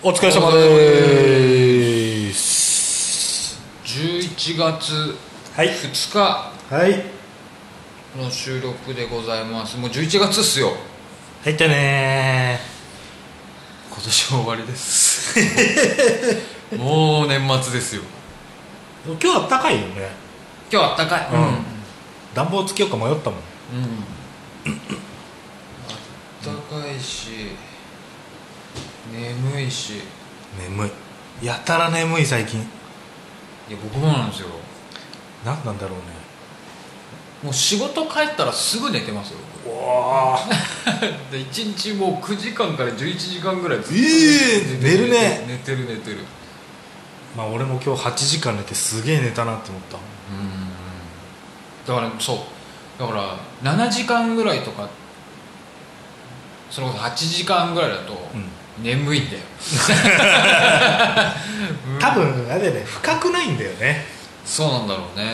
お疲れ様です。 11月はい 2日はいの収録でございます。もう11月っすよ。 入ったね今年も終わりですもう年末ですよ。 今日あったかいよね。 今日あったかい、 暖房つけようか迷ったもん。 あったかいし眠いし。 眠い、やたら眠い最近。 いや僕もなんですよ。 何なんだろうね。 もう仕事帰ったらすぐ寝てますよ。 わで1日もう9時間から11時間ぐらいずっと寝るね。 寝てる。 まあ俺も今日8時間寝てすげえ寝たなって思った。 だからそうだから7時間ぐらいとかその8時間ぐらいだと眠いんだよ、 多分あれだよね、深くないんだよね。 そうなんだろうね。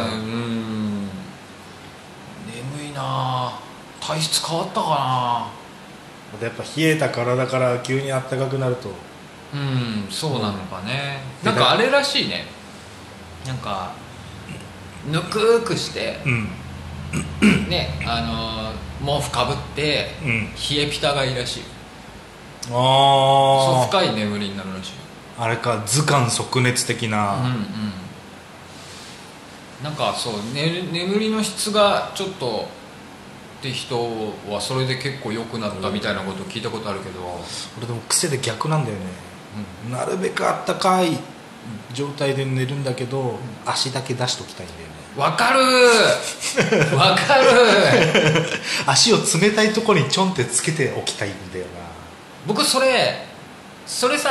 眠いな。体質変わったかやっぱ冷えた体から急にあったかくなると。 そうなのかね。なんかあれらしいね。なんかぬくくして、ね、毛布かぶって、冷えピタがいいらしい。そう深い眠りになるらしい。 あれか、頭寒足熱的な。 なんかそう、眠りの質がちょっとって人はそれで結構良くなったみたいなことを聞いたことあるけど、 俺でも癖で逆なんだよね。なるべくあったかい状態で寝るんだけど、足だけ出しときたいんだよね。 わかるわかる足を冷たいところにちょんってつけておきたいんだよな。 僕それずっ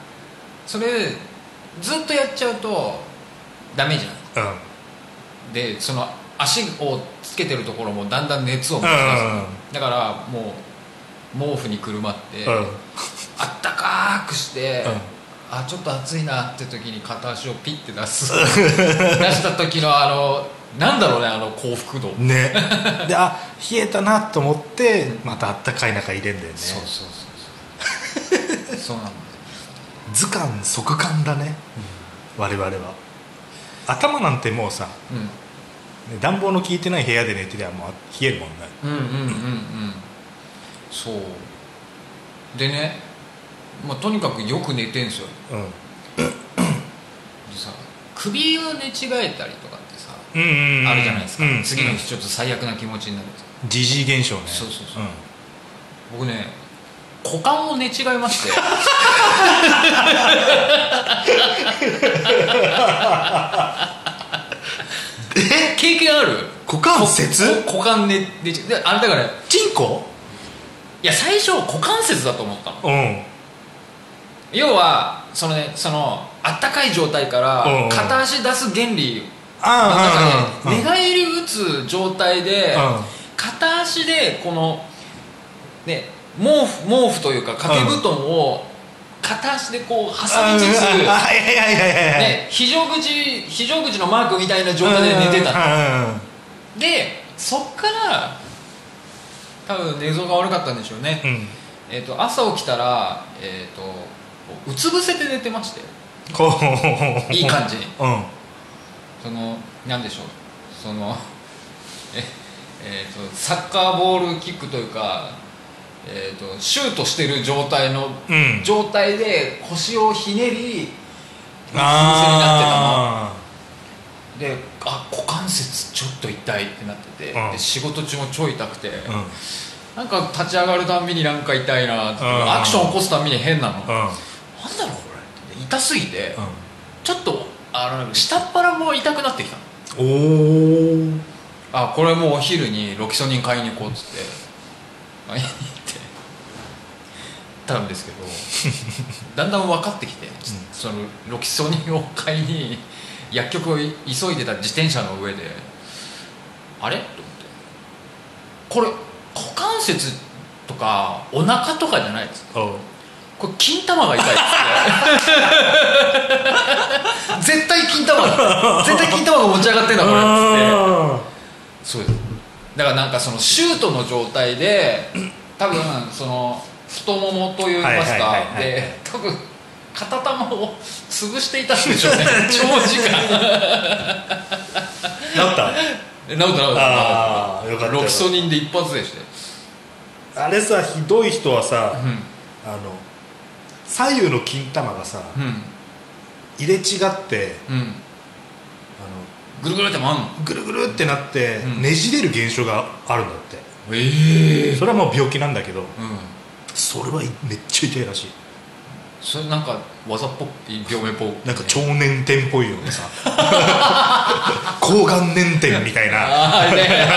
とやっちゃうとダメじゃん。でその足をつけてるところもだんだん熱を持ち出す、だからもう毛布にくるまって、あったかくして、ちょっと暑いなって時に片足をピッて出した時のなんだろうね、幸福度ね。で冷えたなと思ってまたあったかい中入れんだよね。 そうそうなんだ。 頭寒足寒だね、我々は。頭なんてもうさ、暖房の効いてない部屋で寝てりゃもう冷えるもんね。 そうでね、とにかくよく寝てんすよ。でさ、首を寝違えたりとかってさ、あるじゃないですか。次の日ちょっと最悪な気持ちになる。 ジジイ現象ね。 そう、僕ね、股間を寝違えまして経験ある？ 股関節？ 股間寝違え。あれだからチンコ？ いや最初股関節だと思ったの。要はそのあったかい状態から片足出す原理の中で寝返り打つ状態で片足でこのね毛布というか掛け布団を片足でこう挟みつつ、非常口のマークみたいな状態で寝てたの。でそっから多分寝相が悪かったんでしょうね。朝起きたらうつ伏せて寝てまして、いい感じに。なんでしょう、サッカーボールキックというか、シュートしてる状態で腰をひねりうつ伏せになってたので、股関節ちょっと痛いってなってて、で仕事中も超痛くて、なんか立ち上がるたんびになんか痛いなって、アクション起こすたんびに変なの、なんだろうこれ痛すぎて、ちょっと下っ腹も痛くなってきたの。これもうお昼にロキソニン買いに行こうっつって買いに行ってたんですけどだんだん分かってきて、そのロキソニンを買いに薬局を急いでた自転車の上で、あれと思って、これ股関節とかお腹とかじゃないですか、これ金玉が痛いっつって絶対金玉が持ち上がってんだこれっつって。そうです。だからなんかそのシュートの状態で多分その太ももといいますかで多分片玉を潰していたんでしょうね長時間治ったああよかった。ロキソニンで一発でしてあれさひどい人はさ、左右の金玉がさ、入れ違って、 ぐるぐるって回んのぐるぐるってなって、ねじれる現象があるんだって。それはもう病気なんだけど、それはめっちゃ痛いらしい。 それなんか技っぽい病名っぽい、 なんか超粘点っぽいようなさ抗がん粘点みたいな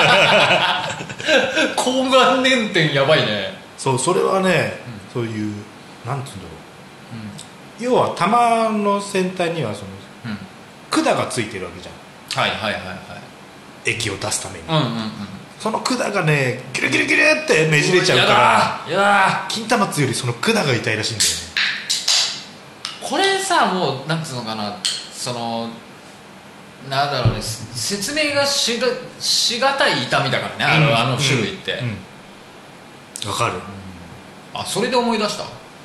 抗がん粘点やばいね。 そうそれはね、そういうなんていうんだろう、要は玉の先端にはその、管がついてるわけじゃん。液を出すために、その管がねギュルギュルギュルってねじれちゃうから金玉つよりその管が痛いらしいんだよね。 これさもうなんつうのかな、そのなんだろうね、説明がしがたい痛みだからね、あの種類ってわかる。 あ、それで思い出した。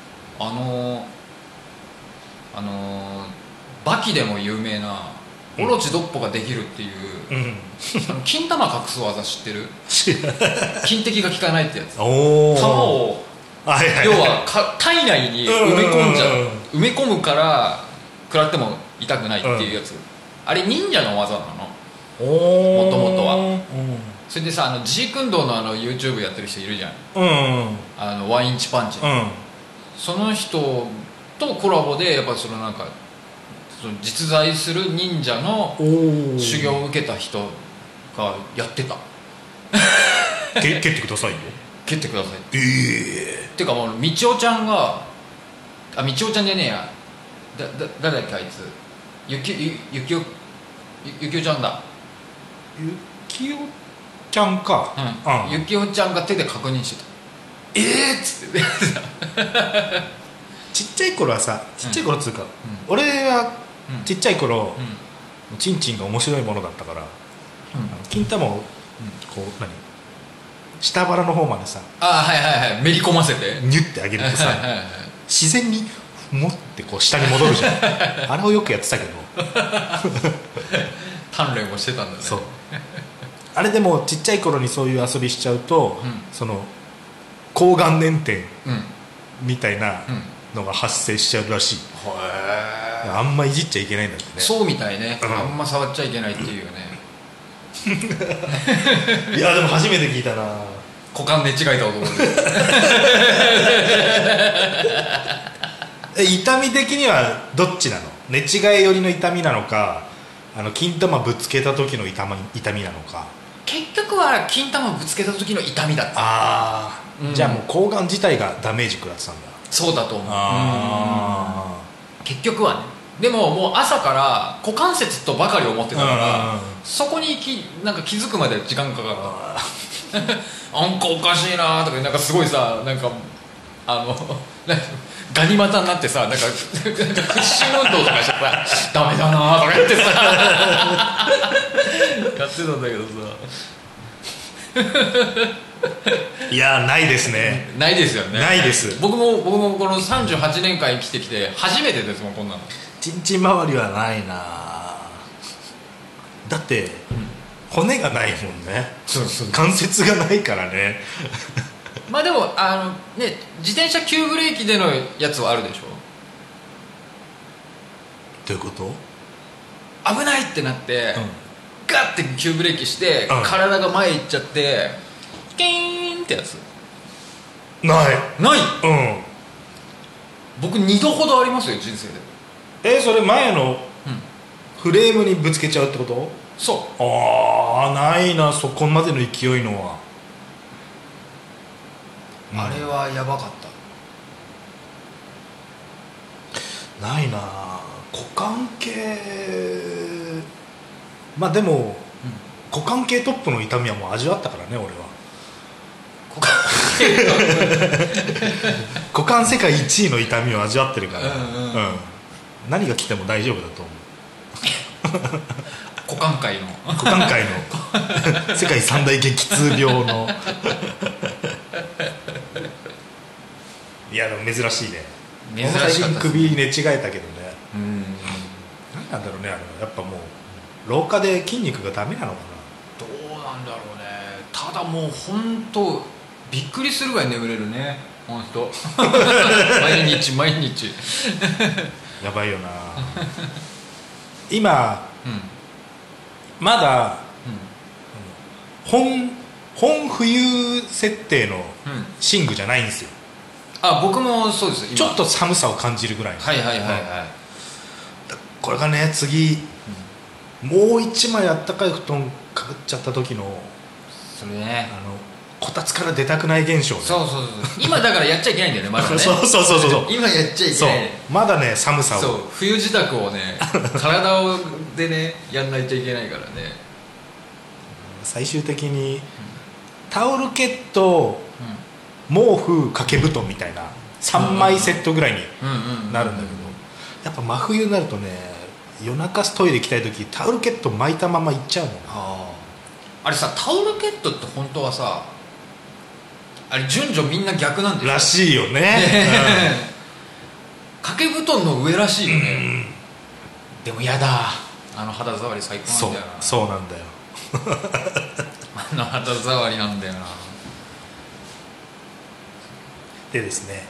バキでも有名なオロチドッポができるっていう、金玉隠す技知ってる？金敵が効かないってやつ。玉を要は体内に埋め込むから食らっても痛くないっていうやつ、あれ忍者の技なのもともとは。それでさジークンドーのYouTube やってる人いるじゃん、ワインチパンチ、その人とコラボでやっぱりそのなんかその実在する忍者の修行を受けた人がやってた。 蹴ってくださいよ。 蹴ってくださいっていうかもうみちおちゃんがみちおちゃんじゃねえや、誰だっけあいつ、ゆきおちゃんだ。 ゆきおちゃんか、 ゆきおちゃんが手で確認してた。っつってちっちゃい頃はさ、ちっちゃい頃っつうか、俺はちっちゃい頃、チンチンが面白いものだったから、金玉をこう下腹の方までさ、 めり込ませてニュッてあげるとさ自然にもってこう下に戻るじゃん。あれをよくやってたけど鍛錬をしてたんだね。 そうあれでもちっちゃい頃にそういう遊びしちゃうと、その抗がん粘点みたいなのが発生しちゃうらしい。あんまいじっちゃいけないんだってね。 そうみたいね、あんま触っちゃいけないっていうね。 いやでも初めて聞いたな。 股間寝違えた男で痛み的にはどっちなの？寝違え寄りの痛みなのか、金玉ぶつけた時の痛みなのか。 結局は金玉ぶつけた時の痛みだった。 じゃあもう睾丸自体がダメージ食らってたんだ。 そうだと思う。結局はね。でももう朝から股関節とばかり思ってたから、そこになんか気づくまで時間かかった。なんかおかしいなとか、なんかすごいさ、なんかガニ股になってさ、なんか屈伸運動とかしてさダメだなとか言ってさやってたんだけどさ。 いやないですね。 ないですよね。 ないです。 僕もこの38年間生きてきて初めてですもん、こんなの。 ちんちん周りはないな。だって、骨がないもんね。関節がないからね。 まあでもね、自転車急ブレーキでのやつはあるでしょ。 どういうこと？ 危ないってなって、ガッて急ブレーキして、体が前行っちゃってキーンってやつない。 僕2度ほどありますよ、人生で。 それ前のフレームにぶつけちゃうってこと？ そう。 ないな、そこまでの勢いのは。 あれはやばかった。 ないな。股関係、まあでも、股関係トップの痛みはもう味わったからね、俺は。股関世界1位の痛みを味わってるから、何が来ても大丈夫だと思う。 股関界の世界三大激痛病のいやでも珍しいね。 珍しかったですね。 首寝違えたけどね。何なんだろうね、やっぱもう老化で筋肉がダメなのかな。 どうなんだろうね。ただもう本当びっくりするぐらい眠れるね、本当毎日やばいよな今、まだ、本冬設定の寝具じゃないんですよ。 僕もそうです。 ちょっと寒さを感じるぐらい。これがね、次、もう一枚あったかい布団かぶっちゃった時のそれね、 こたつから出たくない現象ね。 そう今だからやっちゃいけないんだよね、まだねそう今やっちゃいけない。 まだね、寒さを、 そう冬支度をね体でねやんないといけないからね。 最終的にタオルケット、毛布掛け布団みたいな3枚セットぐらいになるんだけど、やっぱ真冬になるとね、夜中トイレ行きたい時タオルケット巻いたまま行っちゃうもん。 あれさ、タオルケットって本当はさ、あれ順序みんな逆なんでしょ。 らしいよね掛け布団の上らしいよね。でもやだ、肌触り最高なんだよな。 そうなんだよ肌触りなんだよな。 でですね、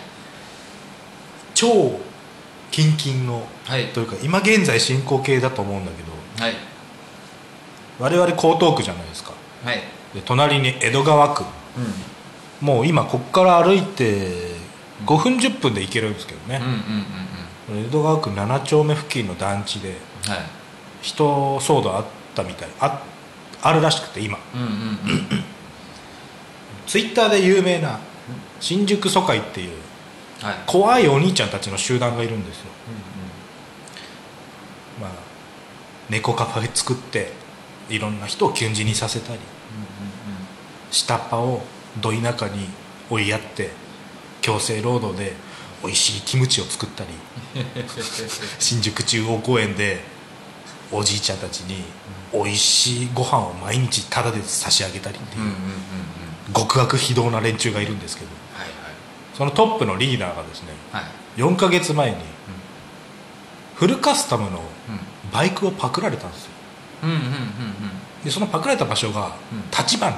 超キンキンの、というか今現在進行形だと思うんだけど、我々江東区じゃないですか。で隣に江戸川区、もう今ここから歩いて5分10分で行けるんですけどね。江戸川区7丁目付近の団地で、人騒動あったみたい、あるらしくて今、ツイッターで有名な新宿疎開っていう、怖いお兄ちゃんたちの集団がいるんですよ。猫カフェ作っていろんな人をキュン死にさせたり、下っ端をど田舎に追いやって強制労働でおいしいキムチを作ったり新宿中央公園でおじいちゃんたちにおいしいご飯を毎日タダで差し上げたりっていう極悪非道な連中がいるんですけど、そのトップのリーダーがですね、4ヶ月前にフルカスタムのバイクをパクられたんですよ。でそのパクられた場所が立花、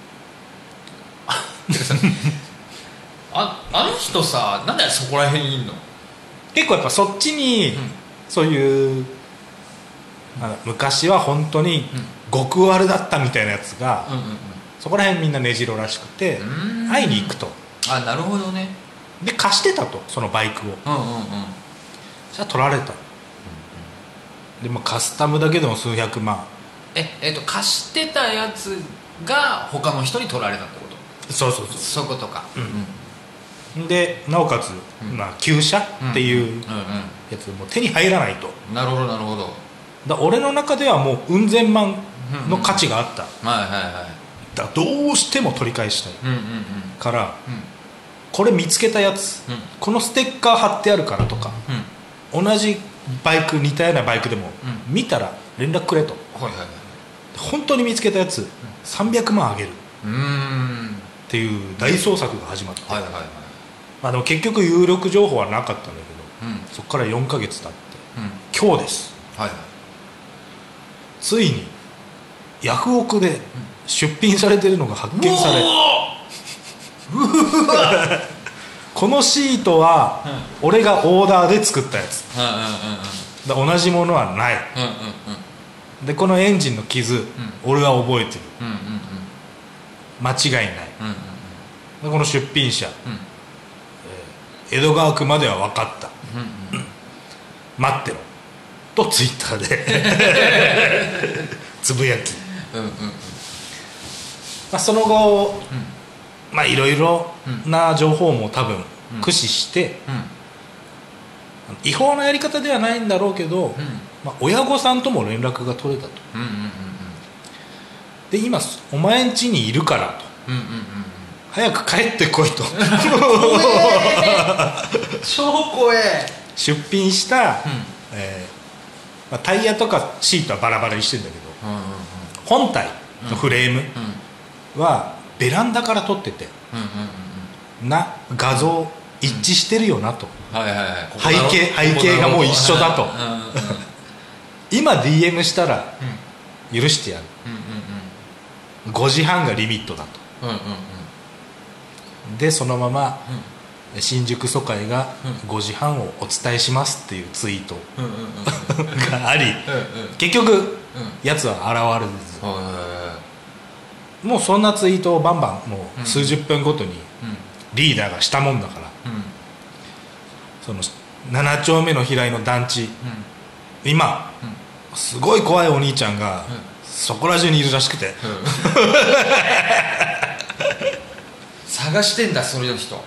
あの人さ、なんでそこら辺にいんの。 結構やっぱそっちに、そういう昔は本当に極悪だったみたいなやつが、そこら辺みんな根城らしくて会いに行くと。 なるほどね。 で貸してたと、そのバイクを。じゃあ取られた。でもカスタムだけでも数百万。 貸してたやつが他の人に取られたってこと。そういうことか。 でなおかつ、旧車っていうやつも手に入らないと。 なるほど。 だ俺の中ではもううん千万の価値があった。だどうしても取り返したいから、これ見つけたやつ、このステッカー貼ってあるからとか、同じバイク、似たようなバイクでも見たら連絡くれと。本当に見つけたやつ300万あげるっていう大捜索が始まって、でも結局有力情報はなかったんだけど、そこから4ヶ月経って、今日です、ついにヤフオクで出品されてるのが発見され、このシートは俺がオーダーで作ったやつ、同じものはない、でこのエンジンの傷、俺は覚えてる、間違いない、でこの出品者、江戸川区までは分かった、待ってろとツイッターでつぶやき、その後、いろいろな情報も多分駆使して、違法なやり方ではないんだろうけど、親御さんとも連絡が取れたと、で今お前ん家にいるからと、早く帰ってこいと超怖え。 出品した、タイヤとかシートはバラバラにしてるんだけど、本体のフレームはベランダから撮ってて、画像一致してるよなと、 はいはいはい、 背景がもう一緒だと、今 DM したら許してやる、5時半がリミットだと、でそのまま、新宿疎開が5時半をお伝えしますっていうツイートがあり、結局やつは現れず、もうそんなツイートをバンバンもう数十分ごとにリーダーがしたもんだから、その7丁目の平井の団地、今すごい怖いお兄ちゃんがそこら中にいるらしくて、 探してんだ、それの人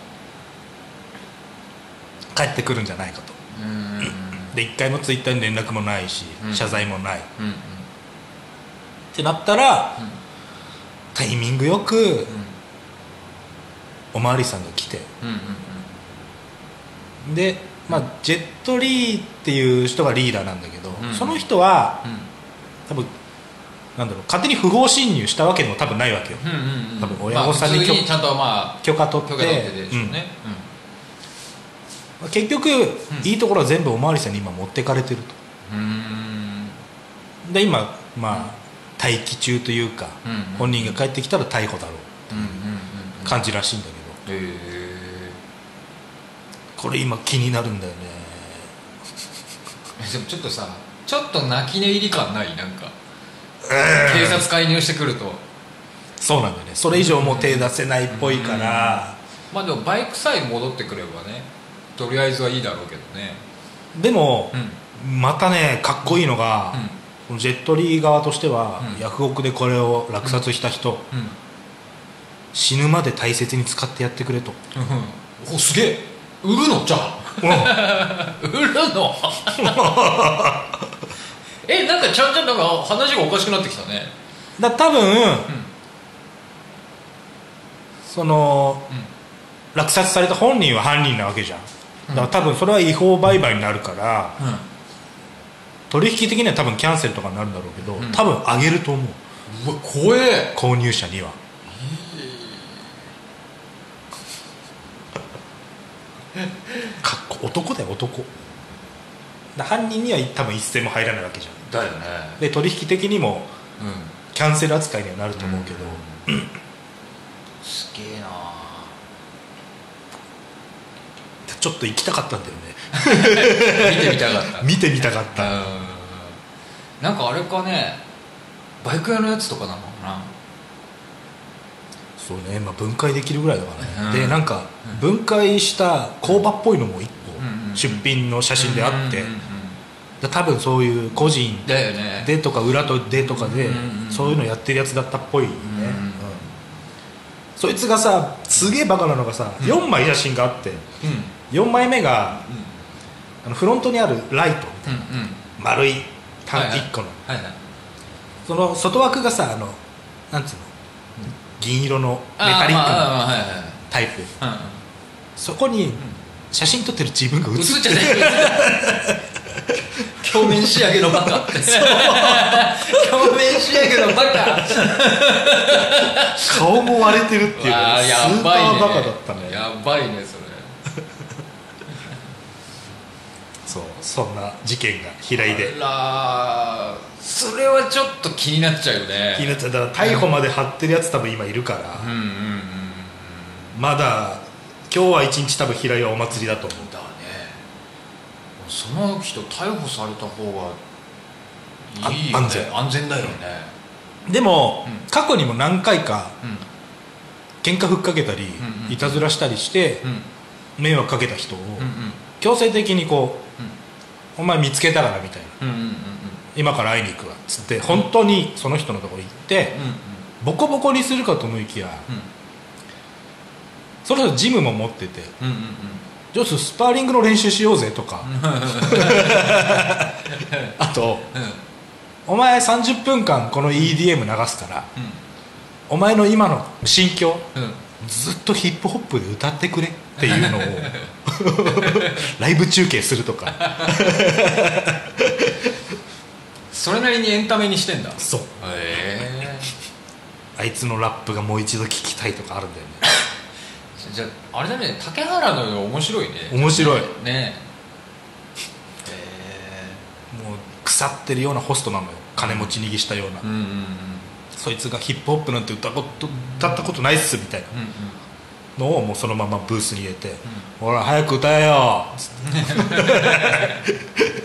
帰ってくるんじゃないかと。で一回もツイッターに連絡もないし、謝罪もない、ってなったら、タイミングよく、おまわりさんが来て、で、まあ、ジェットリーっていう人がリーダーなんだけど、その人は、多分なんだろう、勝手に不法侵入したわけでも多分ないわけよ、多分親御さんにちゃんと許可取って、 でしょうね、 結局、いいところは全部おまわりさんに今持ってかれてると。で今まあ待機中というか、本人が帰ってきたら逮捕だろうっていう感じらしいんだけど、これ今気になるんだよね。 でもちょっとさ、ちょっと泣き寝入り感ない？なんか、警察介入してくると。 そうなんだよね。それ以上もう手出せないっぽいから、 まあでもバイクさえ戻ってくればね、とりあえずはいいだろうけどね。 でも、またねかっこいいのが、ジェットリー側としては、ヤフオクでこれを落札した人、死ぬまで大切に使ってやってくれと、 おすげえ、売るのじゃあ、売るのなんかちゃんなんか話がおかしくなってきたね。 だ多分、その、落札された本人は犯人なわけじゃん。だから多分それは違法売買になるから、取引的には多分キャンセルとかになるんだろうけど、多分上げると思う。 うわ怖え、 購入者には。かっこ男だよ、男だ。犯人には多分一銭も入らないわけじゃん。 だよね。 で取引的にも、キャンセル扱いにはなると思うけど、 すげえな。 ちょっと行きたかったんだよね見てみたかった見てみたかった。 なんかあれかね、バイク屋のやつとかなのかな。 そうね、まあ、分解できるぐらいだからね、でなんか分解した工場っぽいのも1個出品の写真であって、多分そういう個人でとか裏とでとかでそういうのやってるやつだったっぽいね、そいつがさ、すげえバカなのがさ、4枚写真があって、4枚目がフロントにあるライトみたいな、丸い1個の、その外枠がさ、なんつうの、銀色のメタリックのタイプ、そこに写真撮ってる自分が映っちゃう鏡面仕上げのバカって鏡面仕上げのバカ顔も割れてるっていうか、スーパーバカだったね。 やばいねそれそんな事件が平井で。 それはちょっと気になっちゃうよね。 気になっちゃう。だから逮捕まで張ってるやつ多分今いるから、まだ今日は一日多分平井はお祭りだと思うんだね。 その人逮捕された方がいいよね。安全だよね。 でも、過去にも何回か、喧嘩ふっかけたり、いたずらしたりして、迷惑かけた人を、強制的にこう、お前見つけたからみたいな、今から会いに行くわっつって本当にその人のところ行って、ボコボコにするかと思いきや、その人ジムも持ってて、じゃあスパーリングの練習しようぜとかあと、お前30分間この EDM 流すから、お前の今の心境、ずっとヒップホップで歌ってくれっていうのをライブ中継するとかそれなりにエンタメにしてんだ。 そう、あいつのラップがもう一度聞きたいとかあるんだよねじゃああれだね、竹原の面白いね。 面白いね。 もう腐ってるようなホストなのよ、金持ち逃げしたような、そいつがヒップホップなんて歌ったことないっすみたいなのをもうそのままブースに入れて、ほら早く歌えよっつって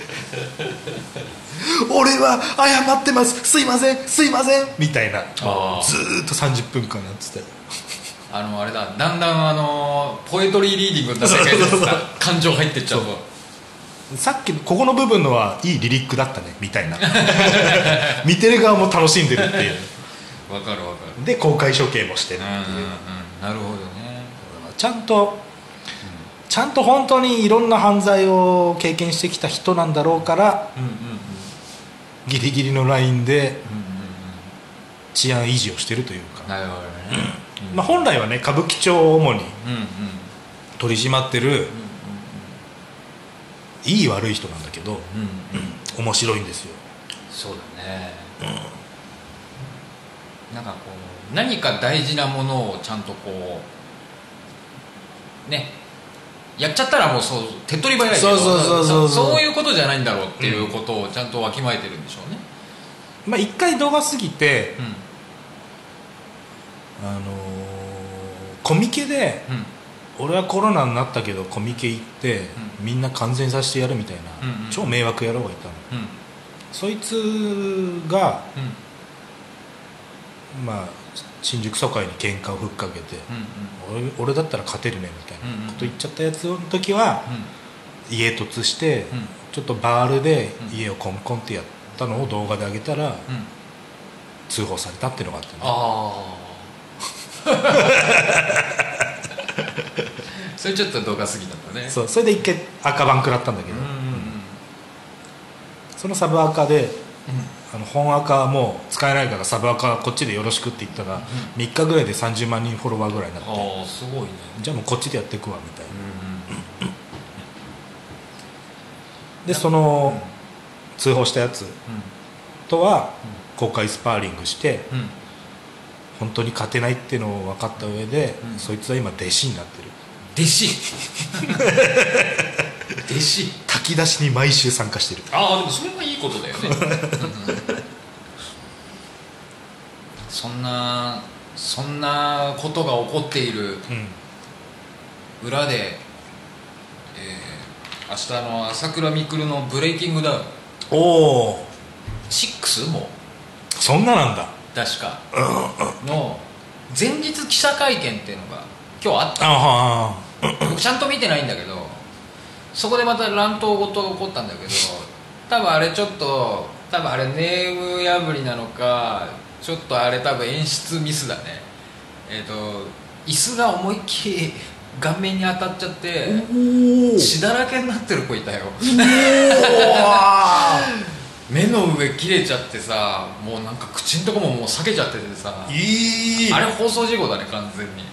俺は謝ってます、すいませんすいませんみたいな、ずーっと30分間やってて、 あれだ、だんだんポエトリーリーディングになってきて感情入ってっちゃうと、 さっきここの部分のはいいリリックだったねみたいな見てる側も楽しんでるっていうわかるわかる。 で公開処刑もしてるっていう、 なるほどね。 ちゃんと本当にいろんな犯罪を経験してきた人なんだろうから、ギリギリのラインで治安維持をしてるというか、 なるほどね。 まあ、本来はね歌舞伎町を主に取り締まってるいい悪い人なんだけど、面白いんですよ。 そうだね、なんかこう何か大事なものをちゃんとこうねやっちゃったらもう手っ取り早いけど、そういうことじゃないんだろうっていうことをちゃんとわきまえてるんでしょうね。 まあ一回動画過ぎて、コミケで、俺はコロナになったけどコミケ行って、みんな感染させてやるみたいな、超迷惑野郎がいたの、そいつが、まあ新宿疎開に喧嘩をふっかけて、俺だったら勝てるねみたいなこと言っちゃったやつの時は、家突して、ちょっとバールで家をコンコンってやったのを動画で上げたら、通報されたっていうのがあったね。 それちょっと動画過ぎたんだね。 それで一回赤番食らったんだけど、そのサブアカで、本アカもう使えないからサブアカこっちでよろしくって言ったら、3日ぐらいで30万人フォロワーぐらいになって、 すごいね。 じゃあもうこっちでやっていくわみたいな、でその、通報したやつとは公開スパーリングして、本当に勝てないっていうのを分かった上で、そいつは今弟子になってる。 弟子弟子炊き出しに毎週参加してる。 でもそれはいいことだよねそんなことが起こっている裏で、明日の朝倉未来のブレイキングダウン6もそんななんだ確かの前日記者会見っていうのが今日あった僕ちゃんと見てないんだけど、そこでまた乱闘事が起こったんだけど、多分あれネーム破りなのか、ちょっとあれ多分演出ミスだね。椅子が思いっきり顔面に当たっちゃって血だらけになってる子いたよ目の上切れちゃってさ、もうなんか口んとこももう裂けちゃっててさ、あれ放送事故だね完全に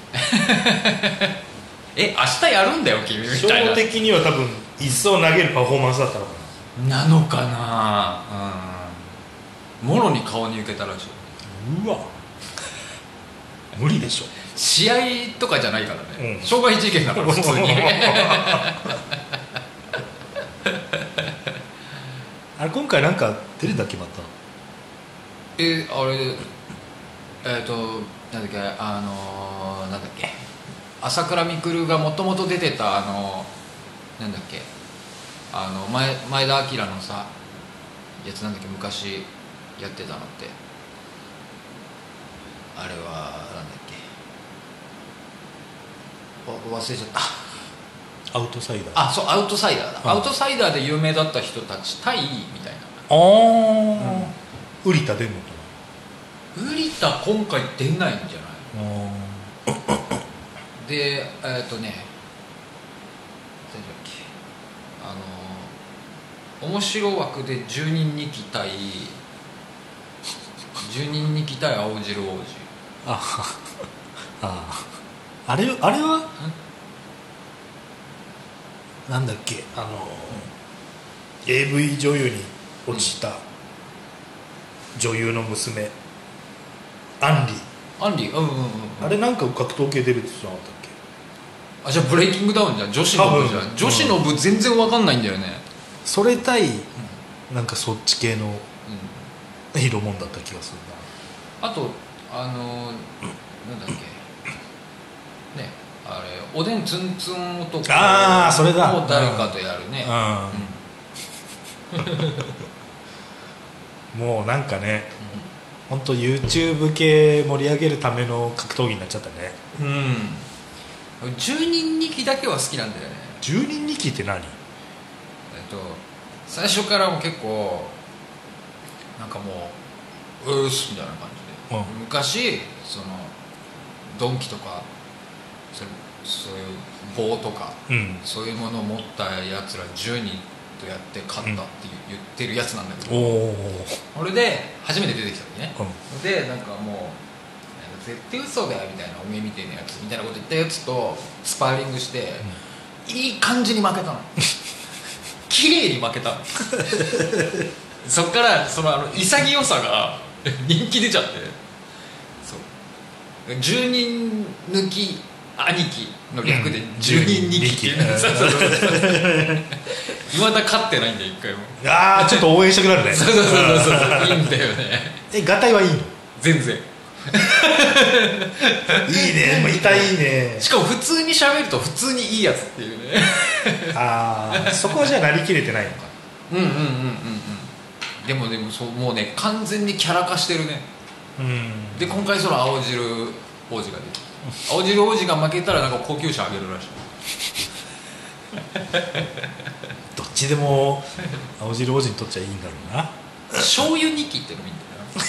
明日やるんだよ君みたいな。 初歩的には多分椅子を投げるパフォーマンスだったのかなのかな、もろに顔に受けたらしい。 うわ無理でしょ。 試合とかじゃないからね、傷害事件だから普通にあれ今回なんか出れたっけまたあれなんだっけなんだっけ朝倉未来がもともと出てたなんだっけ前田明のさやつなんだっけ、昔やってたのって、あれはなんだっけ忘れちゃった。 アウトサイダー。 そうアウトサイダーだ、アウトサイダーで有名だった人たち対みたいな。 瓜田出んのかな。瓜田今回出ないんじゃない。で誰だっけ、面白枠で10人2期対10人2期対青汁王子。 あれはなんだっけ、AV 女優に落ちた女優の娘、アンリ、 あれなんか格闘系出るって言ってなかったっじゃあブレイキングダウンじゃん、女子の部じゃん。女子の部全然わかんないんだよね。 それ対なんかそっち系の色もんだった気がするな。あとなんだっけね、あれおでんツンツン男をそれだ誰かとやるね、 もうなんかね、本当 YouTube 系盛り上げるための格闘技になっちゃったね。 10人2期だけは好きなんだよね。 10人2期って何？ 最初からも結構なんかもうすみたいな感じで、昔そのドンキとかそういう棒とか、そういうものを持ったやつら10人とやって勝ったって言ってるやつなんだけど、俺で初めて出てきた時ね、でなんかもう絶対嘘だよみたいな、おめえみたいなやつみたいなこと言ったやつとスパーリングして、いい感じに負けたの綺麗に負けたのそっからその潔さが人気出ちゃって、そう10人抜き兄貴の略で10人2期っていういまだ勝ってないんだよ、一回も。 ちょっと応援したくなるねそういいんだよね。 合体はいいの？ 全然いいね、もう痛いね。 しかも普通に喋ると普通にいいやつっていうねそこはじゃあなりきれてないのか。 でもそうもうね、完全にキャラ化してるね。で今回その青汁王子が出て、青汁王子が負けたらなんか高級車あげるらしいどっちでも青汁王子にとっちゃいいんだろうな。 醤油2期ってのもいいんだよ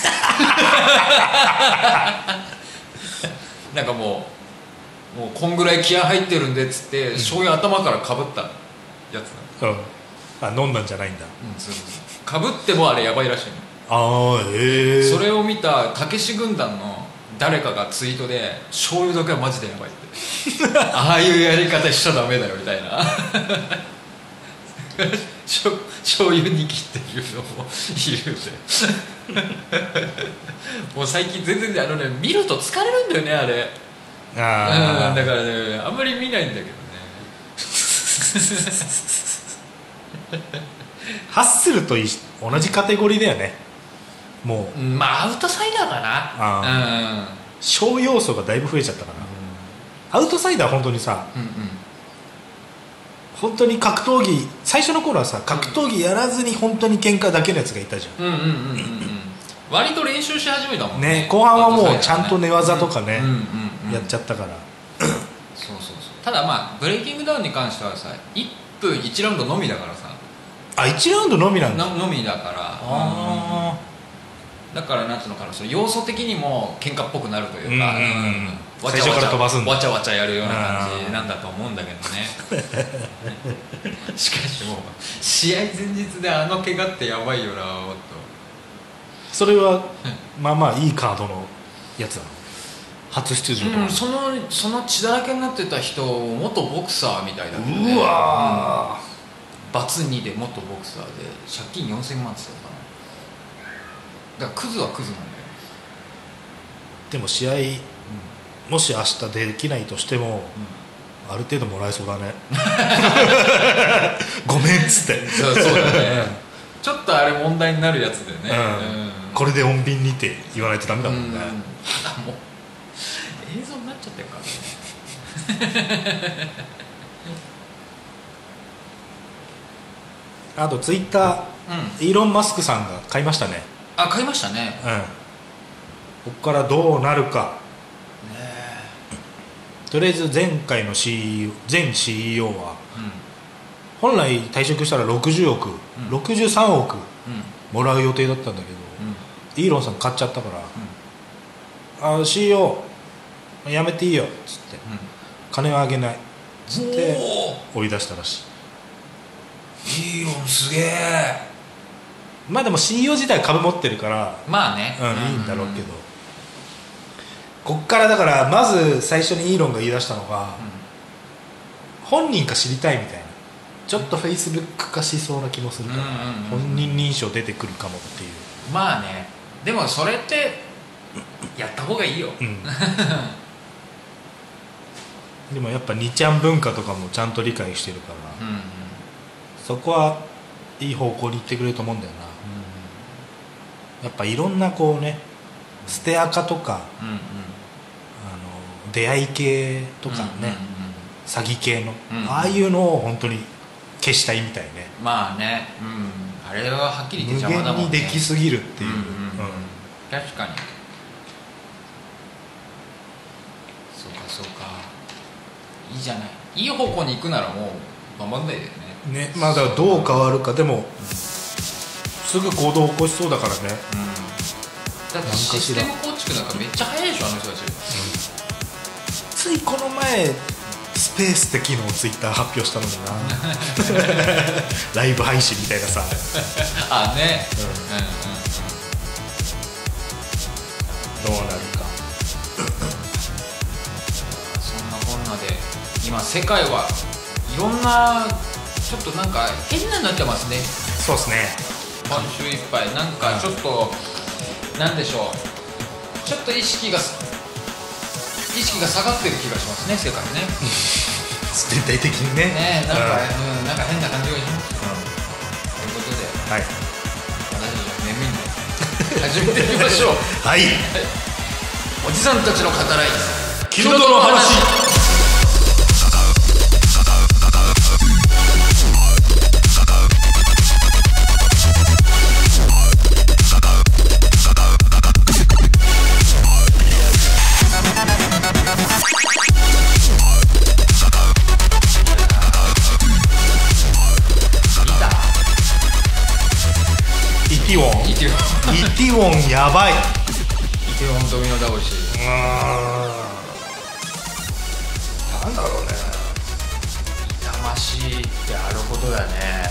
なんかもうこんぐらい気合入ってるんでっつって、醤油頭からかぶったやつなの。飲んだんじゃないんだ。 かぶってもあれやばいらしいの。 それを見たたけし軍団の誰かがツイートで、醤油だけはマジでやばいってああいうやり方しちゃダメだよみたいな醤油2期っていうのもいるんでもう最近全然見ると疲れるんだよね、あれ。だからね、あんまり見ないんだけどねハッスルと同じカテゴリーだよね、もう。 アウトサイダーかな。 ショー要素がだいぶ増えちゃったかな。アウトサイダーは本当にさ、本当に格闘技、最初の頃はさ、格闘技やらずに本当に喧嘩だけのやつがいたじゃん。 割と練習し始めたもんね。 後半はもうちゃんと寝技とかねやっちゃったからそうただブレイキングダウンに関してはさ、1分1ラウンドのみだからさ。 1ラウンドのみなんだ。 のみだから、だからなんつうのかな、その要素的にも喧嘩っぽくなるというか、 最初から飛ばすんだ、 わちゃわちゃやるような感じなんだと思うんだけどねしかしもう試合前日で怪我ってやばいよな。もっとそれはいいカードのやつなの？初出場とか、 その血だらけになってた人元ボクサーみたいだけどね。バツ2で元ボクサーで借金4000万って言ったかな。だからクズはクズなんだよ。 でも試合、もし明日できないとしても、ある程度もらえそうだねごめんっつってそうだねちょっとあれ問題になるやつでね、 これで穏便にって言わないとダメだもんね。 もう映像になっちゃってるからねあとツイッター、イーロン・マスクさんが買いましたね。 買いましたね。 ここからどうなるか、とりあえず前回の前 CEO は、本来退職したら60億、63億もらう予定だったんだけど、イーロンさん買っちゃったから、CEO やめていいよっつって、金はあげないっつって追い出したらしい。 イーロンすげえ。 でも CEO 自体株持ってるからね、 いいんだろうけど、こっからだからまず最初にイーロンが言い出したのが、本人か知りたいみたいな、ちょっとフェイスブック化しそうな気もするから、本人認証出てくるかもっていう。 でもそれってやった方がいいよ、 でもやっぱ2ちゃん文化とかもちゃんと理解してるから、うんうん、そこはいい方向に行ってくれると思うんだよな、うん、やっぱいろんなこうね捨てアカとか、うんうん、出会い系とかね、うんうんうん、詐欺系の、うんうん、ああいうのを本当に消したいみたいね。 まあね、うん、あれははっきり言って邪魔だもんね。 無限にできすぎるっていう、うんうんうんうん、 確かにそうかいいじゃない、いい方向に行くならもう頑張んないでね。 まあだからどう変わるか、でも、すぐ行動を起こしそうだからね、うん、 だってシステム構築なんかめっちゃ早いでしょあの人たち、うん、 ついこの前スペースって機能をツイッター発表したのになライブ配信みたいなさあね、うんうんうん、どうなるかそんなこんなで今世界はいろんなちょっとなんか変なになってますね。 そうですね、 今週いっぱいなんかちょっと、うん、なんでしょう、ちょっと意識が下がってる気がしますね世界ね全体的にねなんか、うん、なんか変な感じがします、うん、ということで、はい、私たちは眠いんで始めていきましょうはい、 おじさんたちの語らいキノトの話。イテウォンやばい。イテウォンドミノ倒し。 なんだろうね、 痛ましいってあることだね、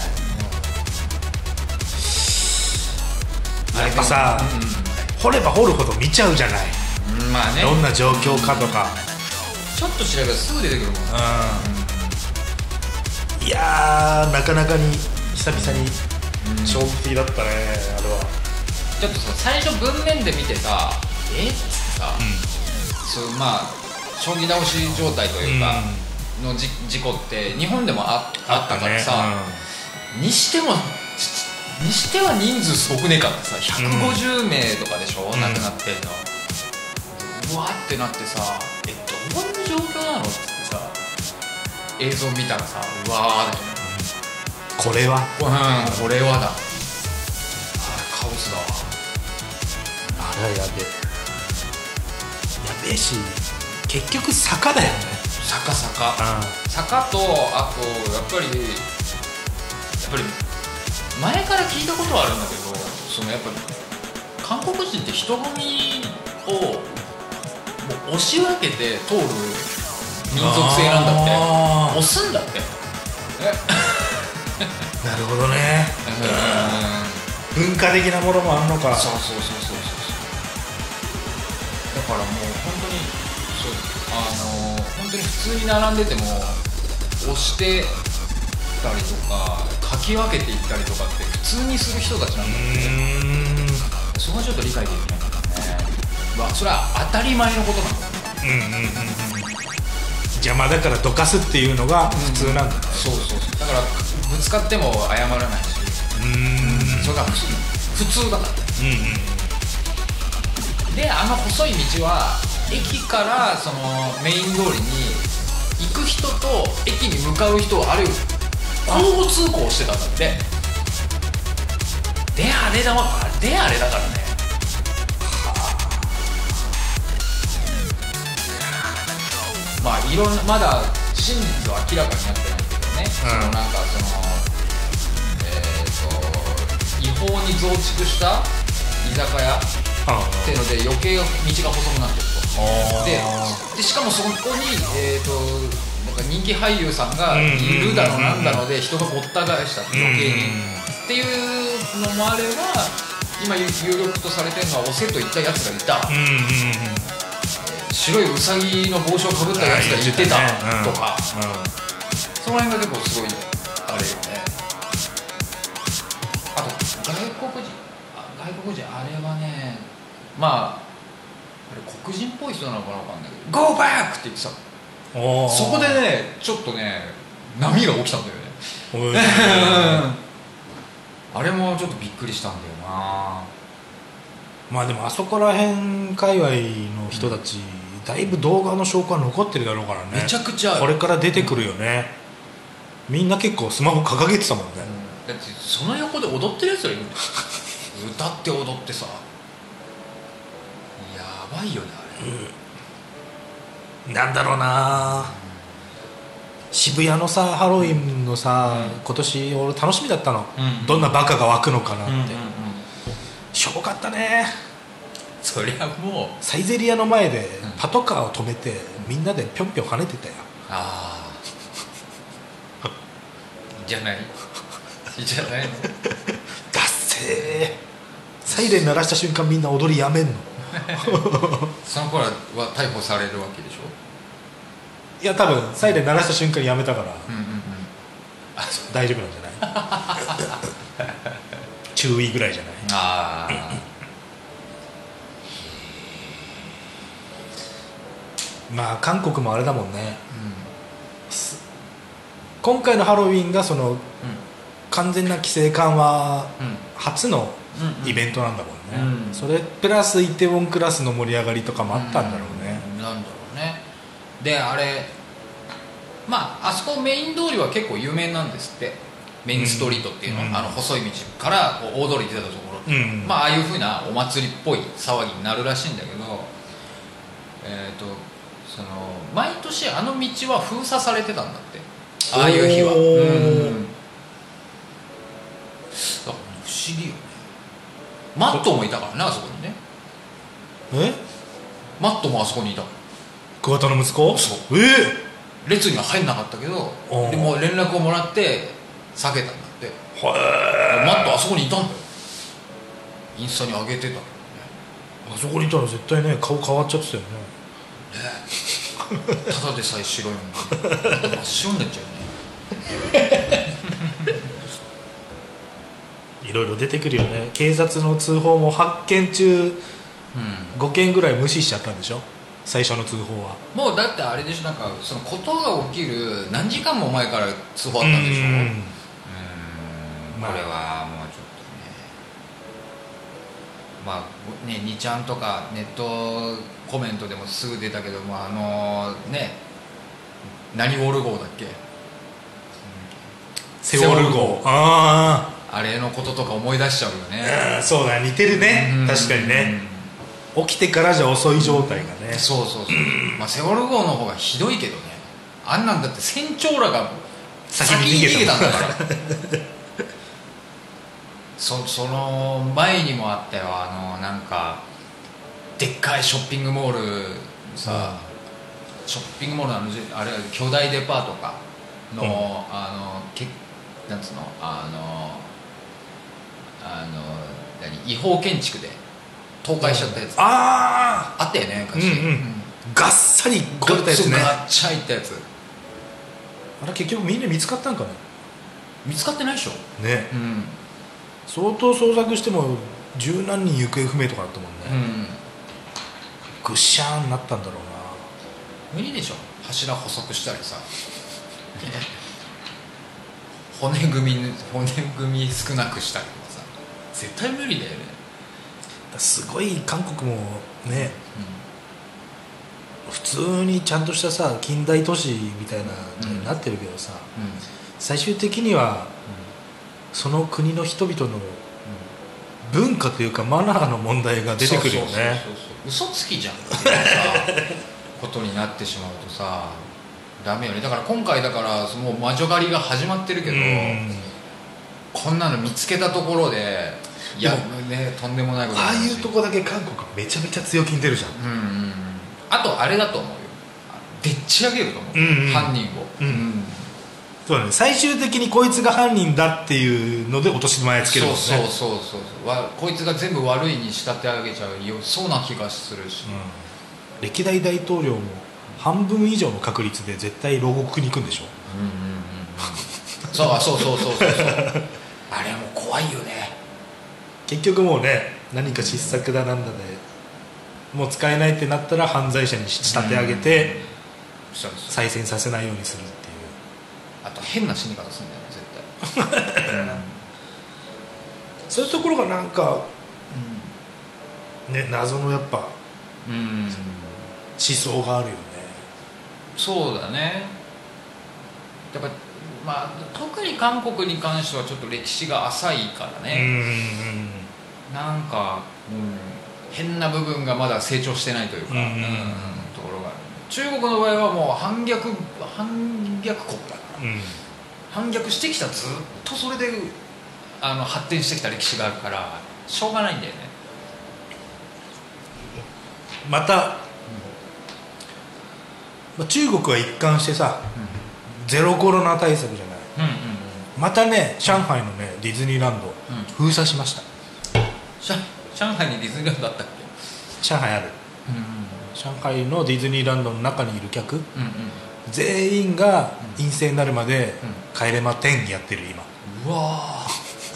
うん、やっぱさ、うん、掘れば掘るほど見ちゃうじゃない、 うん、まあね、 どんな状況かとか、 ちょっと調べるとすぐ出てくるもん、 うん、いやーなかなかに久々に衝撃的だったね、あれは。 ちょっとさ、最初文面で見てさっつってさ、うん、そうまあ将棋倒し状態というか、うん、の事故って日本でもあったからさ、ね、うん、にしては人数すごくねえかってさ、150名とかでしょ、亡くなってんの、うわーってなってさ、どういう状況なのってさ、映像見たらさ、うわーだよね、 これは、 これはだ、カオスだわ、 あれやべえし、結局坂だよね。 坂と、あとやっぱり前から聞いたことはあるんだけど、そのやっぱり韓国人って人混みをもう押し分けて通る民族性なんだって、押すんだって。 なるほどね、文化的なものもあんのか。 そうだからもう本当に本当に普通に並んでても押してたりとかかき分けていったりとかって普通にする人たちなんだって、そこはちょっと理解できないからね。まあそれは当たり前のことなんだ、 邪魔だからどかすっていうのが普通なんだね、 そうだからぶつかっても謝らないし、それが普通だから、で、細い道は駅からそのメイン通りに行く人と駅に向かう人を交互通行してたんだって。であれだからね。まあいろんなまだ真実は明らかになってないけどね、そのなんか違法に増築した居酒屋っていうので余計道が細くなってると。でしかもそこになんか人気俳優さんがいるだのなんだので人がごった返したって余計にっていうのもあれば、今有力とされてるのは押せといったやつがいた、白いウサギの帽子をかぶったやつがいてたとか、その辺が結構すごいあれよね。あと外国人あれはね、まああれ黒人っぽい人なのかな、わかんないけど「Go back!」って言ってた。 そこでねちょっとね波が起きたんだよねあれもちょっとびっくりしたんだよな。 まあでもあそこら辺界隈の人たち、だいぶ動画の証拠は残ってるだろうからね。 めちゃくちゃこれから出てくるよね、みんな結構スマホ掲げてたもんね、 だってその横で踊ってるやつらいるんだよ歌って踊ってさ、やばいよねあれ、 なんだろうな、渋谷のさハロウィンのさ、今年俺楽しみだったの、どんなバカが湧くのかなって、しょぼかったね。 そりゃもうサイゼリヤの前でパトカーを止めて、みんなでぴょんぴょん跳ねてたよ。 ああじゃないじゃないのだっせー、サイレン鳴らした瞬間みんな踊りやめんのその頃は逮捕されるわけでしょ。 いや多分サイレン鳴らした瞬間にやめたから、大丈夫なんじゃない注意ぐらいじゃない。 ああまあ韓国もあれだもんね、今回のハロウィンがその、完全な規制緩和初のイベントなんだもんね、それプラスイテウォンクラスの盛り上がりとかもあったんだろうね、 なんだろうね。であれまああそこメイン通りは結構有名なんですって、メインストリートっていうの、あの細い道からこう大通りに出たところ、まあああいう風なお祭りっぽい騒ぎになるらしいんだけど、その毎年あの道は封鎖されてたんだって、ああいう日は。不思議よね。マットもいたからねあそこにね。マットもあそこにいた。 桑田の息子。 そう。列には入んなかったけど、でも連絡をもらって避けたんだって。マットあそこにいたんだよ。インスタに上げてたけどね。 あそこにいたら絶対ね顔変わっちゃってたよね。 ただでさえ白いのに真っ白になっちゃうねいろいろ出てくるよね。警察の通報も8件中5件ぐらい無視しちゃったんでしょ、最初の通報は。 もうだってあれでしょ、なんかそのことが起きる何時間も前から通報あったんでしょ。これはもうちょっとね、まあね、2ちゃんとかネットコメントでもすぐ出たけども、何ウォル号だっけ、 セウォル号、 あれのこととか思い出しちゃうよね。 そうだ、似てるね、確かにね、起きてからじゃ遅い状態がね。 そうまあ、セウォル号の方がひどいけどね、あんなんだって船長らが先に逃げたんだからその前にもあったよ、なんかでっかいショッピングモールさ、ショッピングモールのあれ巨大デパートかの、なんつうの、違法建築で倒壊しちゃったやつ、あったよね昔、 ガッサリ壊れたやつね、 ガッチャいったやつ。 あれ結局みんな見つかったんかね。 見つかってないでしょね、相当捜索しても十何人行方不明とかだったもんね、ぐっしゃーになったんだろうな。 無理でしょ、柱細くしたりさ骨組み少なくしたりとかさ、絶対無理だよね。 すごい韓国もね、普通にちゃんとしたさ近代都市みたいなになってるけどさ、最終的には、その国の人々の文化というかマナーの問題が出てくるよね。 嘘つきじゃんっていうさことになってしまうとさダメよね。だから今回だからもう魔女狩りが始まってるけど、こんなの見つけたところでとんでもないことになるし、 ああいうとこだけ韓国めちゃめちゃ強気に出るじゃん。 あとあれだと思うよ、でっち上げると思う、犯人を、 そうだね、最終的にこいつが犯人だっていうので落とし前つけるもんね。 そうこいつが全部悪いに仕立て上げちゃうよそうな気がするし、 歴代大統領も半分以上の確率で絶対牢獄に行くんでしょ。 そうあれも怖いよね。 結局もうね、何か失策だなんだでもう使えないってなったら犯罪者に仕立て上げて、 再選させないようにするっていう。 あと変な死に方するんだよね絶対、うん、 そういうところがなんか、ね、謎のやっぱ、思想があるよね。 そうだね。やっぱまあ特に韓国に関してはちょっと歴史が浅いからね。なんか、変な部分がまだ成長してないというか、ところがある。中国の場合はもう反逆国だから、反逆してきた、ずっとそれで発展してきた歴史があるからしょうがないんだよね。 また、中国は一貫してさ、ゼロコロナ対策じゃない、またね上海のねディズニーランド、封鎖しました。 上海にディズニーランドあったっけ？ 上海ある、上海のディズニーランドの中にいる客、全員が陰性になるまで帰れま10やってる今。 うわ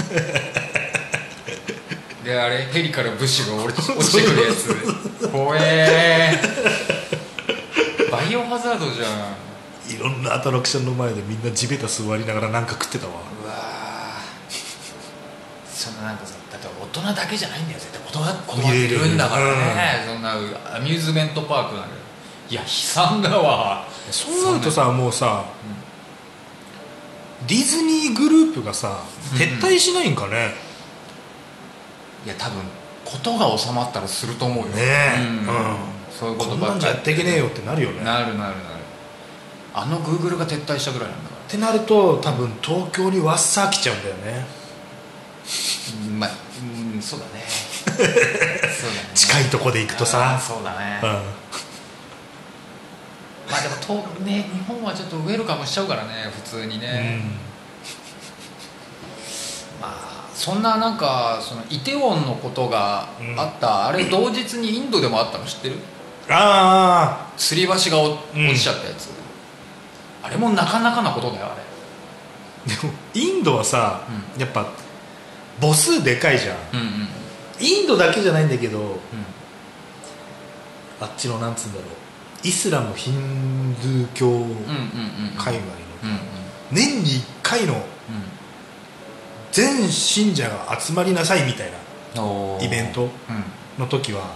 であれヘリから物資が落ちてくるやつ怖えバイオハザードじゃん。いろんなアトラクションの前でみんな地べた座りながら何か食ってたわ。 うわそのなんかさ、だって大人だけじゃないんだよ絶対。子供いるんだからね、そんなアミューズメントパークなんだよ。いや悲惨だわ。 そうなるとさ、もうさ、ディズニーグループがさ撤退しないんかね。 いや多分ことが収まったらすると思うよね。そういうことばっかりこんなんじゃやっていけねえよってなるよね。 なるあのグーグルが撤退したぐらいなんだからってなると多分東京にわっさ来ちゃうんだよね。 そうだねそうだね近いとこで行くとさ。 そうだね、まあでもね、日本はちょっとウェルカムしちゃうからね普通にね、まあそんななんかそのイテウォンのことがあった、あれ同日にインドでもあったの知ってる？ ああ吊り橋が落ちちゃったやつ、あれもなかなかなことだよあれ。でもインドはさ、やっぱ母数でかいじゃん、インドだけじゃないんだけど、あっちのなんつうんだろう、イスラムヒンドゥー教界隈の年に1回の全信者が集まりなさいみたいなイベントの時は、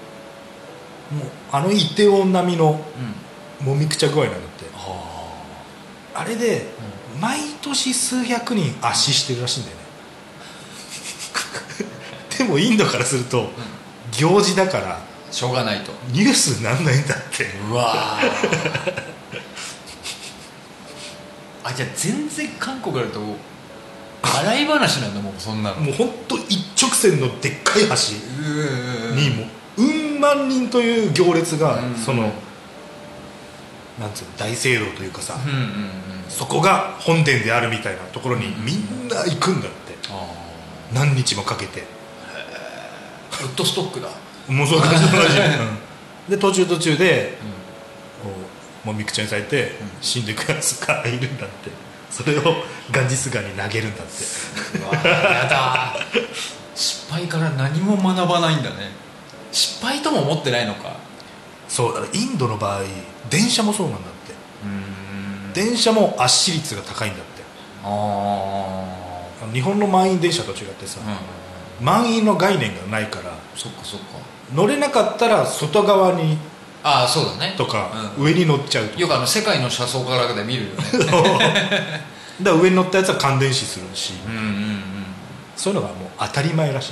もうイテウォン並みのもみくちゃ具合なんだって。あれで毎年数百人圧死してるらしいんだよねでもインドからすると行事だからしょうがないと、 ニュースになんないんだって。 うわじゃあ全然韓国だと笑い話なんだもん。そんなのもう本当一直線のでっかい橋にもうん万人という行列が、そのなんつうの大聖堂というかさ、そこが本殿であるみたいなところにみんな行くんだって、何日もかけて。 ウッドストックだもうそういう感じの話、で途中で、こうもみくちゃにされて、死んでいくやつがいるんだって。それをガンジス川に投げるんだって。 うわやだ失敗から何も学ばないんだね。失敗とも思ってないのか。 そうだからインドの場合電車もそうなんだって。電車も圧死率が高いんだって。日本の満員電車と違ってさ、満員の概念がないから、 そっか乗れなかったら外側にそうだねとか、上に乗っちゃうとか、 よく世界の車窓からで見るよねだから上に乗ったやつは感電死するし、そういうのがもう当たり前らしい。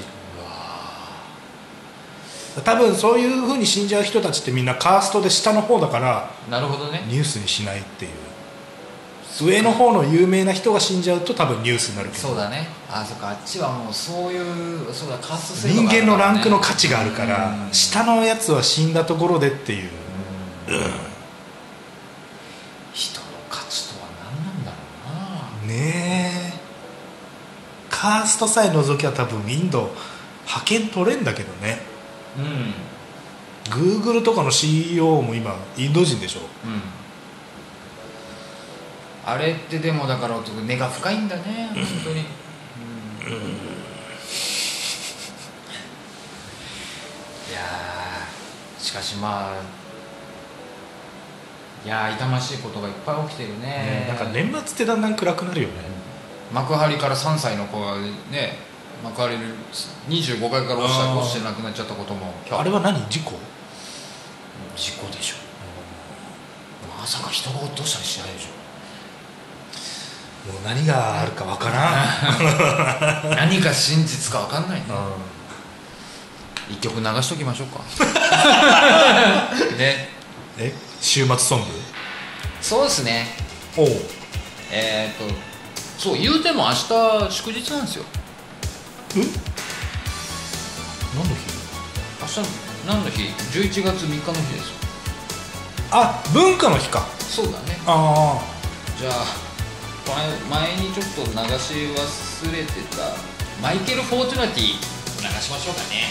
多分そういう風に死んじゃう人たちってみんなカーストで下の方だから、 なるほどね、 ニュースにしないっていう。上の方の有名な人が死んじゃうと多分ニュースになるけど、 そうだね。そっか、あっちはもうそういうそうだカースト制度があるからね、人間のランクの価値があるから、下のやつは死んだところでっていう、 人の価値とは何なんだろうな。 ねえ、カーストさえ除きは多分インド派遣取れんだけどね。グーグルとかの CEO も今インド人でしょ。 あれってでもだから根が深いんだね本当に。いやしかしまあいや痛ましいことがいっぱい起きてるね。 なんか年末ってだんだん暗くなるよね。 幕張から3歳の子がね、幕張25階から落ちて亡くなっちゃったことも。 あれは何？事故でしょ。まさか人が落としたりしないでしょ。もう何があるかわからん何が真実かわかんないね。一曲流しときましょうかね。 週末ソング？ そうですね。そう言うても明日祝日なんですよ。 何の日？ 明日何の日？11月3日の日ですよ。 あ、文化の日か。 そうだね。じゃあ前にちょっと流し忘れてたマイケル・フォーチュナティ流しましょうかね。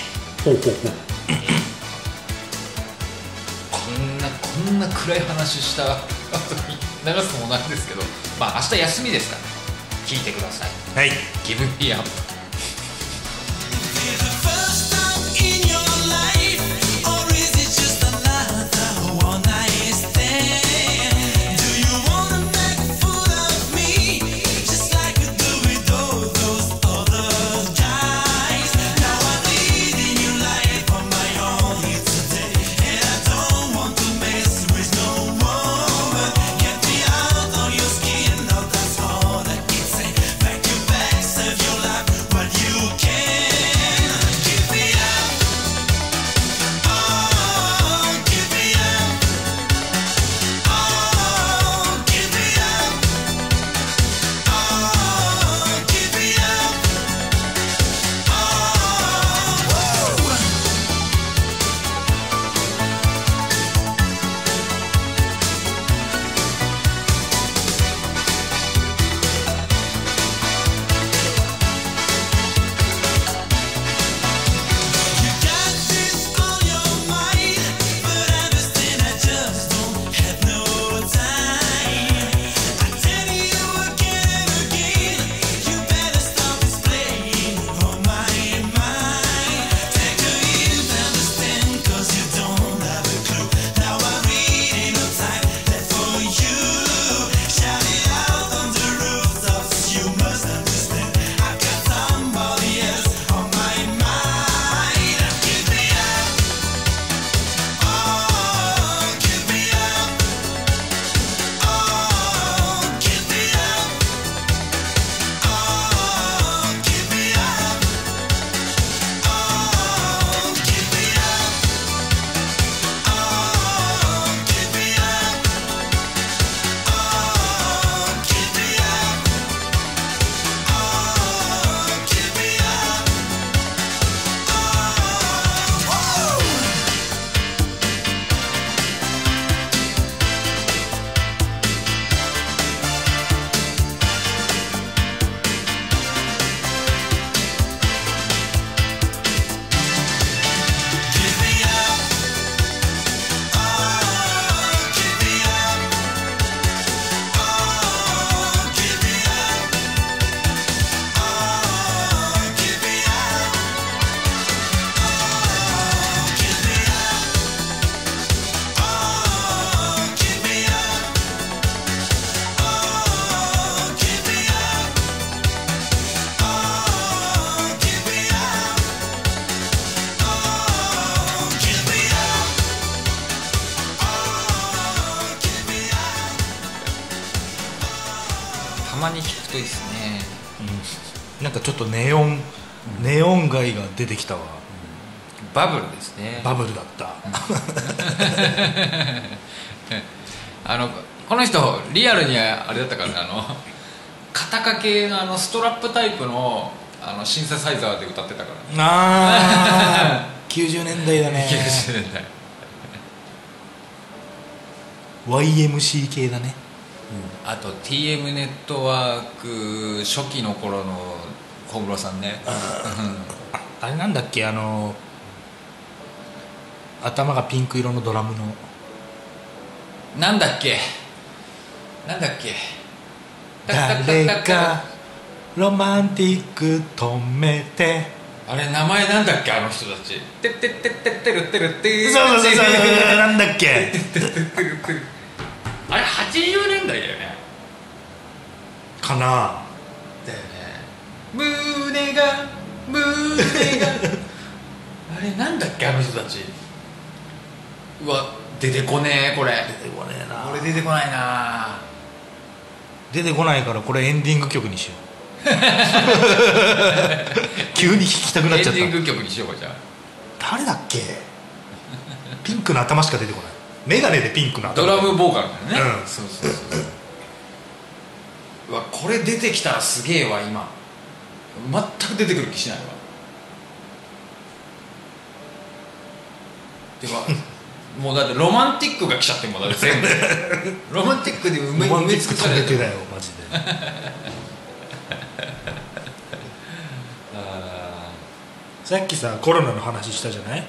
こんな暗い話した後に流すもなんですけど、まあ明日休みですから聞いてください。 はい。 Give me up。たまに聞くといいですね、 なんかちょっとネオン街が出てきたわ、 バブルですね。 バブルだった、 この人リアルにあれだったからね、肩掛けのストラップタイプのシンセサイザーで歌ってたから、 あ90年代だね 90年代 YMC 系だね、 あと TM ネットワーク初期の頃の小室さんね、 あれなんだっけ、頭がピンク色のドラムのなんだっけ誰かロマンティック止めて、 あれ名前なんだっけ、あの人たち、てってってってってるってるって、 そうなんだっけあれ80年代だよねかな。だよね。胸があれなんだっけあの人たち。うわ出てこねえこれ。 出てこねえな。 これ出てこないな。 出てこないからこれエンディング曲にしよう急に弾きたくなっちゃった。 エンディング曲にしようか。じゃあ誰だっけピンクの頭しか出てこない。メガネでピンクの頭。 ドラムボーカルだよね、 うん、 そううわこれ出てきたらすげえわ。今全く出てくる気しないわ。てかもうだってロマンティックが来ちゃってもうだって全部ロマンティックで埋め尽くされてるだよマジでさっきさコロナの話したじゃない。 はい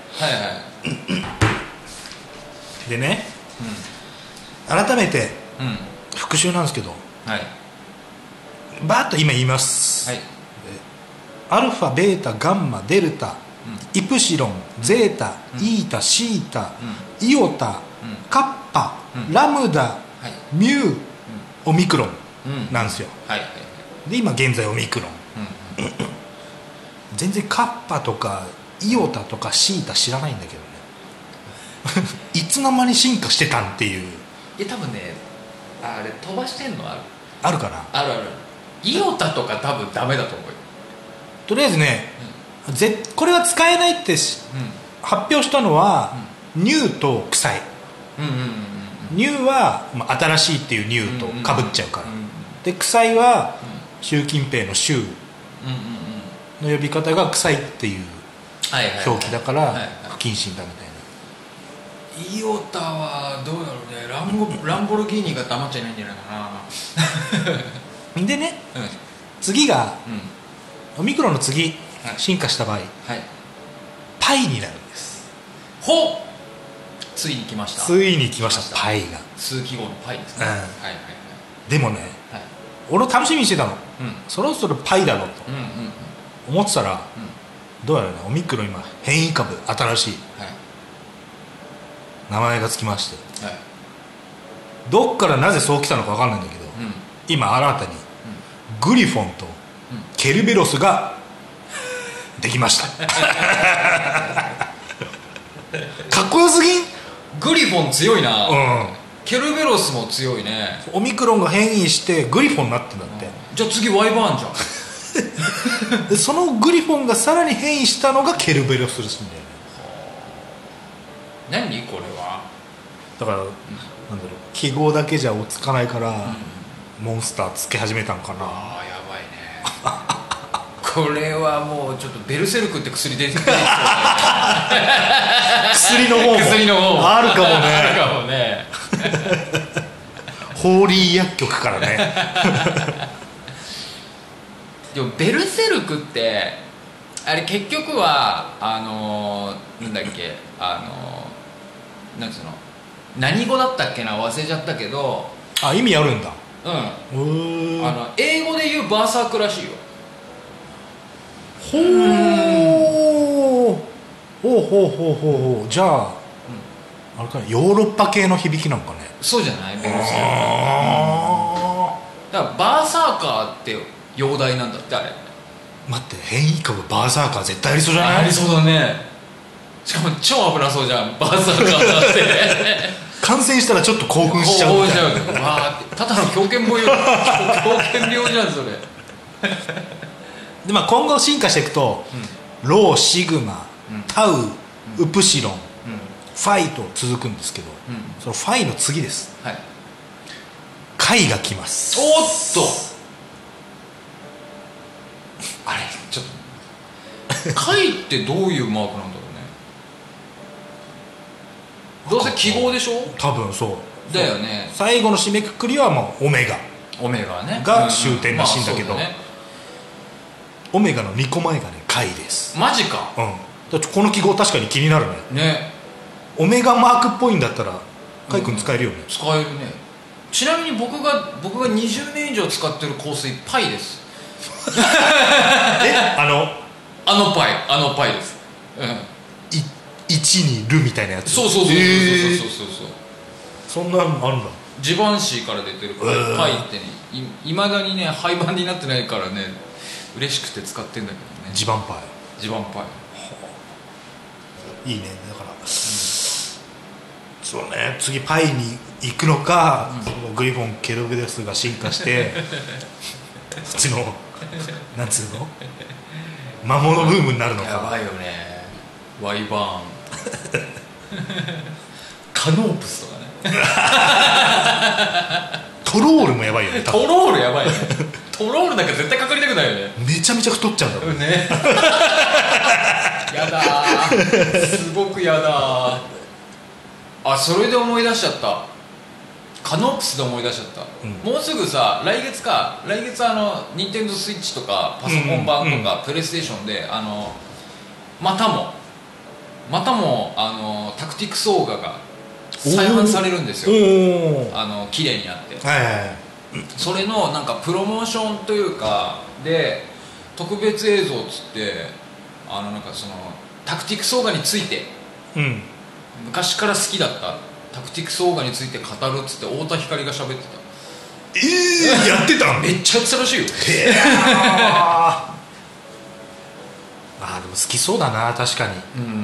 はいでね、改めて復習なんですけど、 はい、 バーッと今言います、はい、アルファベータガンマデルタ、イプシロンゼータ、イータシータ、イオタ、カッパ、ラムダ、はい、ミュー、オミクロンなんですよ、はいはい、で今現在オミクロン、全然カッパとかイオタとかシータ知らないんだけどねいつの間に進化してたんっていう。 いや多分ねあれ飛ばしてんのあるかな。 あるイオタとか多分ダメだと思うよ。 とりあえずね、これは使えないって発表したのは、ニューと臭い、ニューは、新しいっていうニューとかぶっちゃうから、で臭いは、習近平の習の呼び方が臭いっていう表記だから不謹慎だみたいな。 イオタはどうだろうね。ランボルギーニが黙っちゃいないんじゃないかなでね、次が、オミクロンの次、進化した場合、パイになるんです。 ほっついに来ました。 ついに来ました。パイが数記号のパイですね、 でもね、俺楽しみにしてたの、そろそろパイだろうと思ってたら、どうやらねオミクロン今変異株新しい、名前がつきまして、どっからなぜそう来たのか分かんないんだけど、今新たにグリフォンとケルベロスができましたかっこよすぎん？ グリフォン強いな、ケルベロスも強いね。 オミクロンが変異してグリフォンになってんだって、 じゃあ次ワイバーンじゃんでそのグリフォンがさらに変異したのがケルベロスらしいんだよね。 何これはだから、なんだろう、記号だけじゃ追っつかないから、モンスターつけ始めたんかな。 ああやばいねこれはもうちょっとベルセルクって薬出てきて薬の方もあるかもねあるかもねホーリー薬局からねでもベルセルクってあれ結局はなんだっけなんつうの何語だったっけな忘れちゃったけど。 あ、意味あるんだ。 英語で言うバーサークらしいよ。 ほうじゃあ、あれかな、ヨーロッパ系の響きなのかね。 そうじゃないベルセルク。だからバーサーカーって容体なんだってあれ。 待って、変異株バーサーカー絶対ありそうじゃない？ ありそうだね。しかも超危なそうじゃんバーサーカーだって感染したらちょっと興奮しちゃうみたいな。 わーってただの狂犬病じゃんそれで、今後進化していくと、ロー、シグマ、タウ、ウプシロン、ファイと続くんですけど、そのファイの次です、カイが来ます。 おっとあれちょっとカイってどういうマークなんだろうね。どうせ記号でしょ。 多分そうだよね。 最後の締めくくりはオメガねが終点らしいんだけど、オメガの2個前がねカイです。 マジか。 だってこの記号確かに気になるね。オメガマークっぽいんだったらカイ君使えるよね。 使えるね。ちなみに僕が20年以上使ってる香水パイですあのパイです。 1にルみたいなやつ。 そうそんなのあるんだ。 ジバンシーから出てるパイってね、いまだにね廃盤になってないからね嬉しくて使ってんだけどね。 ジバンパイ。 ジバンパイいいね。だから、そうね、次パイに行くのか、そのグリフォンケログデスが進化してそっちのなんつうの魔物ブームになるのか。 やばいよね。ワイバーンカノープスとかねトロールもやばいよね。 トロールやばいねトロールなんか絶対かかりたくないよね。 めちゃめちゃ太っちゃうんだもんねやだー、すごくやだー。あ、それで思い出しちゃった。カノープスで思い出しちゃった、もうすぐさ、来月ニンテンドースイッチとかパソコン版とか、プレイステーションでまたもタクティクスオーガが再販されるんですよ。綺麗になって、それのなんかプロモーションというかで特別映像っつってなんかそのタクティクスオーガについて、昔から好きだったタクティクスオーガについて語るっつって太田光が喋ってた。 やってたんめっちゃやってたらしいよ。 でも好きそうだな、確かに。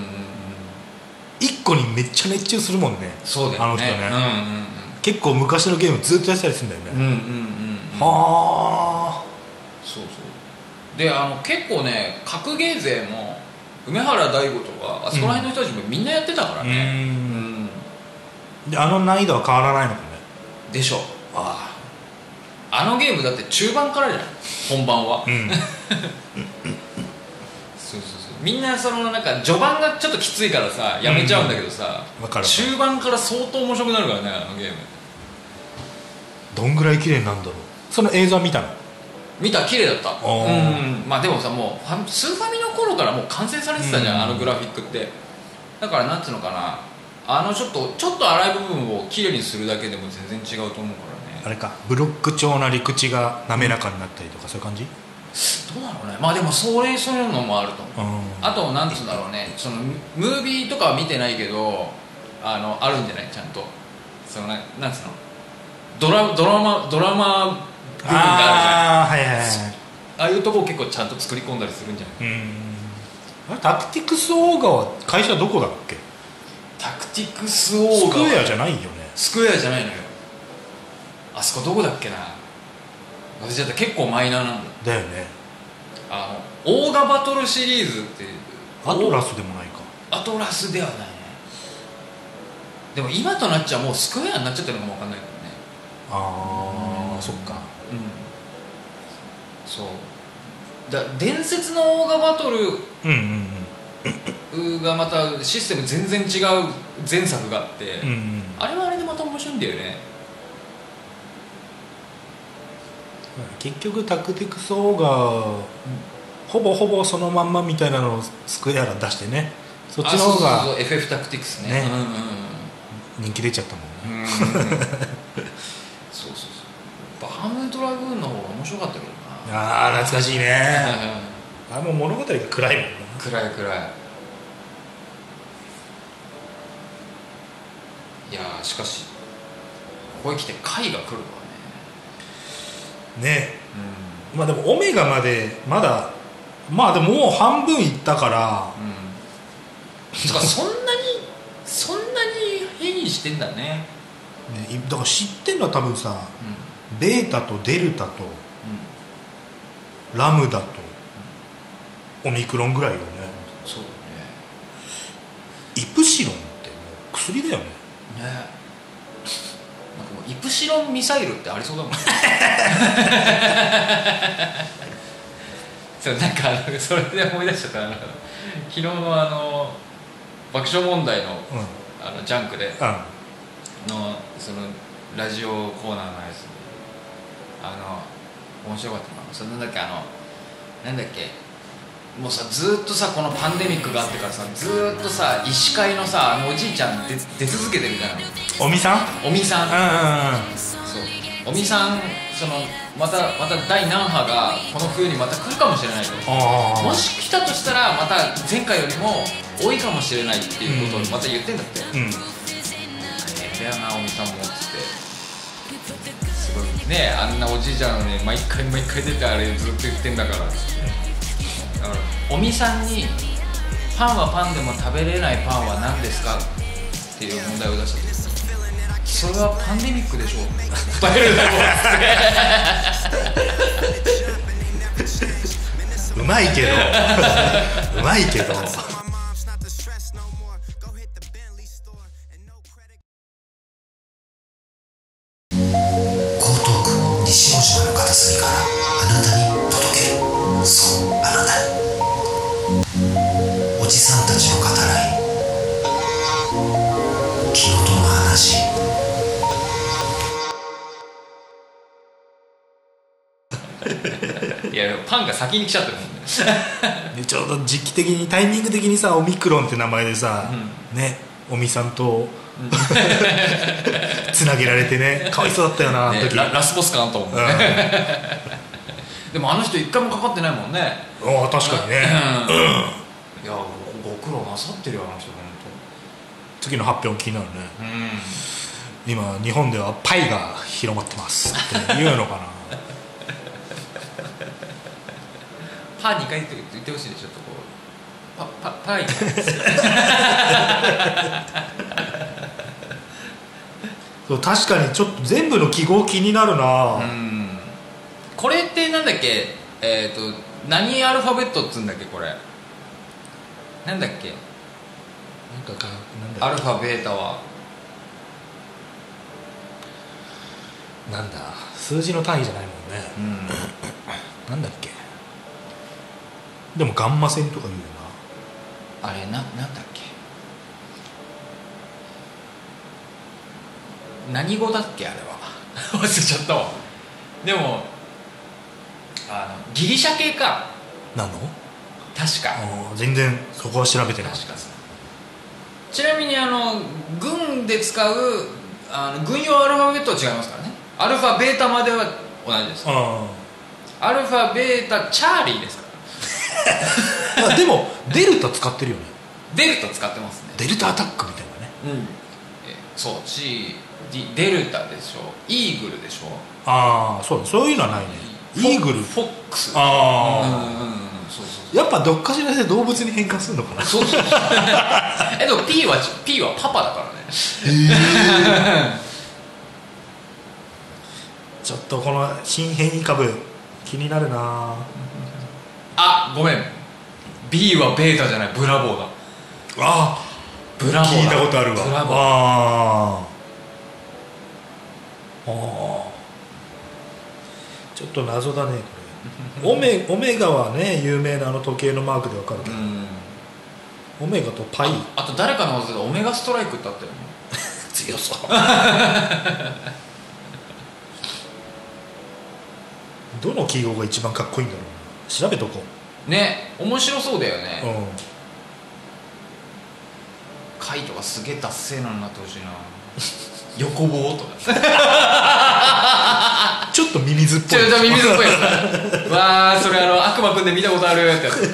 一個にめっちゃ熱中するもんね。 そうだよね、 あの人ね、結構昔のゲームずっとやってたりするんだよね。はあ、 そうそうで結構ね、格ゲー勢も梅原大吾とかあそこら辺の人たちもみんなやってたからね。 で難易度は変わらないのかね。 でしょ。あのゲームだって中盤からじゃん、本番は。そうみんななんか序盤がちょっときついからさやめちゃうんだけどさ、中盤から相当面白くなるからね、あのゲーム。 どんぐらい綺麗になるんだろう。その映像は見たの？ 見た、綺麗だった。まあでもさ、もうスーファミの頃からもう完成されてたじゃん、あのグラフィックって。だからなんつうのかな、ちょっと荒い部分を綺麗にするだけでも全然違うと思うからね。 あれか、ブロック調な陸地が滑らかになったりとか、そういう感じ？ どうだろうね。まあでもそういうのもあると思う。あとなんつうんだろうね、そのムービーとかは見てないけどあるんじゃない、ちゃんとなんつうの、ドラマ部分があるじゃん。ああいうとこ結構ちゃんと作り込んだりするんじゃない。 タクティクスオーガは会社どこだっけ？ タクティクスオーガスクエアじゃないよね。 スクエアじゃないのよ。あそこどこだっけな、私だって結構マイナーなんだよね。 オーガバトルシリーズっていう。 アトラスでもないか。 アトラスではないね。でも今となっちゃもうスクエアになっちゃってるのかも分かんないけどね。 そっか。 そう伝説のオーガバトルがまたシステム全然違う前作があって、あれはあれでまた面白いんだよね。 結局タクティクスオーガほぼほぼそのまんまみたいなのをスクエアが出してね、そっちの方がそう FF タクティクスね、 人気出ちゃったもんね。 そうバームドラグーンの方が面白かったけどな。 懐かしいね。もう物語が暗いもんな。 暗い。いやしかしここへ来て回が来るわね。まあでもオメガまでまだでももう半分いったから、 そんなに変異してんだね。 だから知ってんのは多分さ、ベータとデルタと、ラムダと、オミクロンぐらいよね。 そうだね。 イプシロンってもう薬だよね。 なんかもうイプシロンミサイルってありそうだもん。そうなんかそれで思い出しちゃった。昨日の爆笑問題の、ジャンクで、のそのラジオコーナーのやつ面白かったな。それなんだっけもうさずっとさこのパンデミックがあってからさずっとさ医師会のさおじいちゃん出続けてるじゃん。 おみさんそうおみさんまた第何波がこの冬にまた来るかもしれないと。もし来たとしたらまた前回よりも多いかもしれないっていうことをまた言ってんだって。だよなおみさんもっつってね、あんなおじいちゃんのに毎回出てあれずっと言ってんだから、だからおみさんにパンはパンでも食べれないパンは何ですかっていう問題を出した時、それはパンデミックでしょ答えるだろううまいけどうまいけど西大島の片隅からあなたに届ける、そう、あなたにおじさんたちの語らい、気のとの話。 いやパンが先に来ちゃってるもんねでちょうど時期的にタイミング的にさ、オミクロンって名前でさ、ね、おみさんとつなげられてね、かわいそうだったよな、あの時、 ラスボスかなと思うね、でもあの人一回もかかってないもんね。 ああ確かにね、 いやご苦労なさってるよあの人本当。次の発表気になるね、今日本ではパイが広まってますって言うのかなパー2回言ってほしいでしょ、ちょっとこうパイそう確かにちょっと全部の記号気になるな。 これってなんだっけ、何アルファベットっつうんだっけ、これなんだっけ、 なんだアルファベータはなんだ、数字の単位じゃないもんね、なんだっけ、でもガンマ線とか言うよな、あれなんだっけ、何語だっけあれは忘れちゃったわ。でもギリシャ系かなの確か。 全然そこは調べてない。 確かちなみに軍で使う軍用アルファベットは違いますからね。アルファベータまでは同じです。アルファベータチャーリーですからでもデルタ使ってるよね。 デルタ使ってますね。 デルタアタックみたいなね、 そうデルタでしょ、イーグルでしょ。 そういうのはないね。イーグル、 フォックス、 そうやっぱどっかしらで動物に変換するのかな。 そうでも P はパパだからね。 ちょっとこの新変異株気になるな。 ごめん、 B はベータじゃない、ブラボーだ。ブラボーだ、 聞いたことあるわ。 ブラボー。 ちょっと謎だねこれ。オメガはね有名な時計のマークで分かるけど、オメガとパイ、 あと誰かの技でオメガストライクってあったよね強そうどの記号が一番かっこいいんだろうな、調べとこうね。面白そうだよね。カイトがすげえ達成なのになってほしいな横棒とかちょっとミミズっぽい、 ちょっとミミズっぽいやつわあ、それ悪魔くんで見たことあるってやつ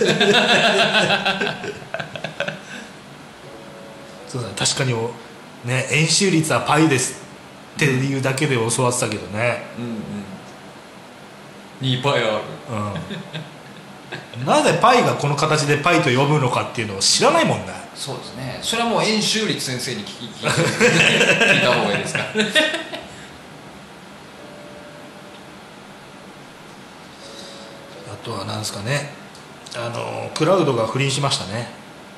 そうだね、確かにね、円周率はパイですっていうだけで教わってたけどね、 2パイある、 なぜパイがこの形でパイと呼ぶのかっていうのを知らないもんね。 そうですね、それはもう円周率先生に聞いた方がいいですからあとはなんですかね、クラウドが不倫しましたね。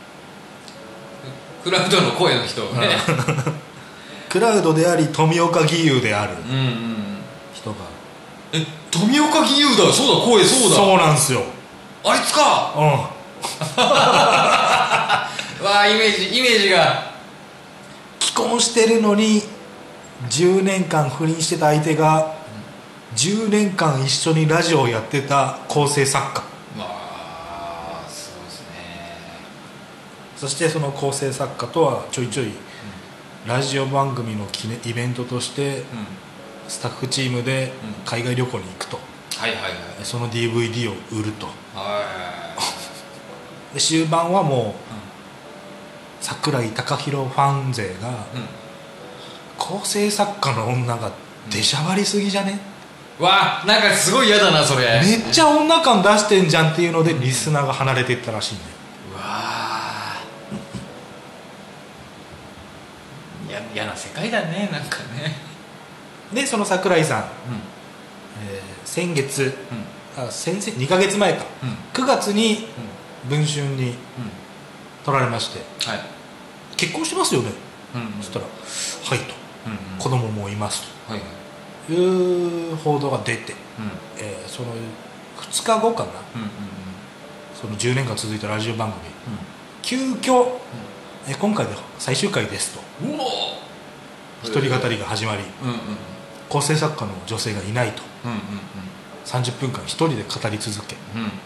クラウドの声の人ねクラウドであり富岡義勇である人が、 富岡義勇だ、そうだ、声、そうだ、 そうなんですよ、 あいつか。わあ、イメージが、 既婚してるのに10年間不倫してた相手が10年間一緒にラジオをやってた構成作家。 まあそうですね。 そしてその構成作家とはちょいちょいラジオ番組のイベントとしてスタッフチームで海外旅行に行くと、その DVD を売ると、で終盤はもう櫻井貴宏ファン勢が構成作家の女が出しゃばりすぎじゃね。 わあ、なんかすごい嫌だなそれ。 めっちゃ女感出してんじゃんっていうのでリスナーが離れていったらしいんだよ。 うわあ、嫌な世界だね、なんかね。 でその桜井さん、先月、2ヶ月前か、9月に文春に取られまして、結婚してますよね、そしたらはいと、子供もいますという報道が出て、その2日後かな、その10年間続いたラジオ番組、急遽、今回で最終回ですと、一人語りが始まり、構成作家の女性がいないと、30分間一人で語り続け、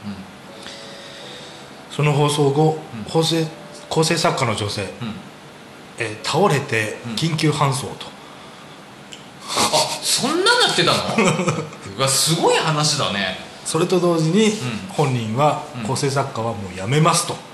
その放送後、構成作家の女性、倒れて緊急搬送と、 そんななってたのうわ、すごい話だね。 それと同時に、本人は構成作家はもうやめますと、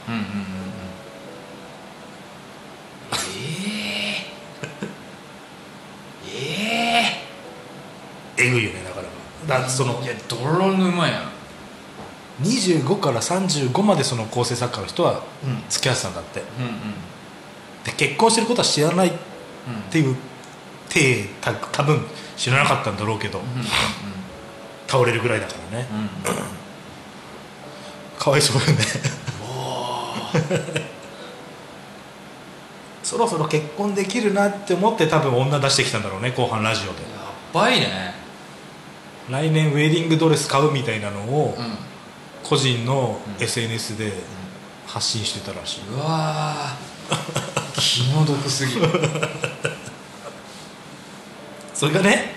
えぐいよね。だからその、 いや泥沼やん。 25から35までその構成作家の人は付き合ってたんだって、で結婚してることは知らないっていう体、多分知らなかったんだろうけど、倒れるぐらいだからね、かわいそうよねそろそろ結婚できるなって思って多分女出してきたんだろうね、後半ラジオで。やばいね。 来年ウェディングドレス買うみたいなのを、個人の SNS で発信してたらしい。 うわ気の毒すぎるそれがね、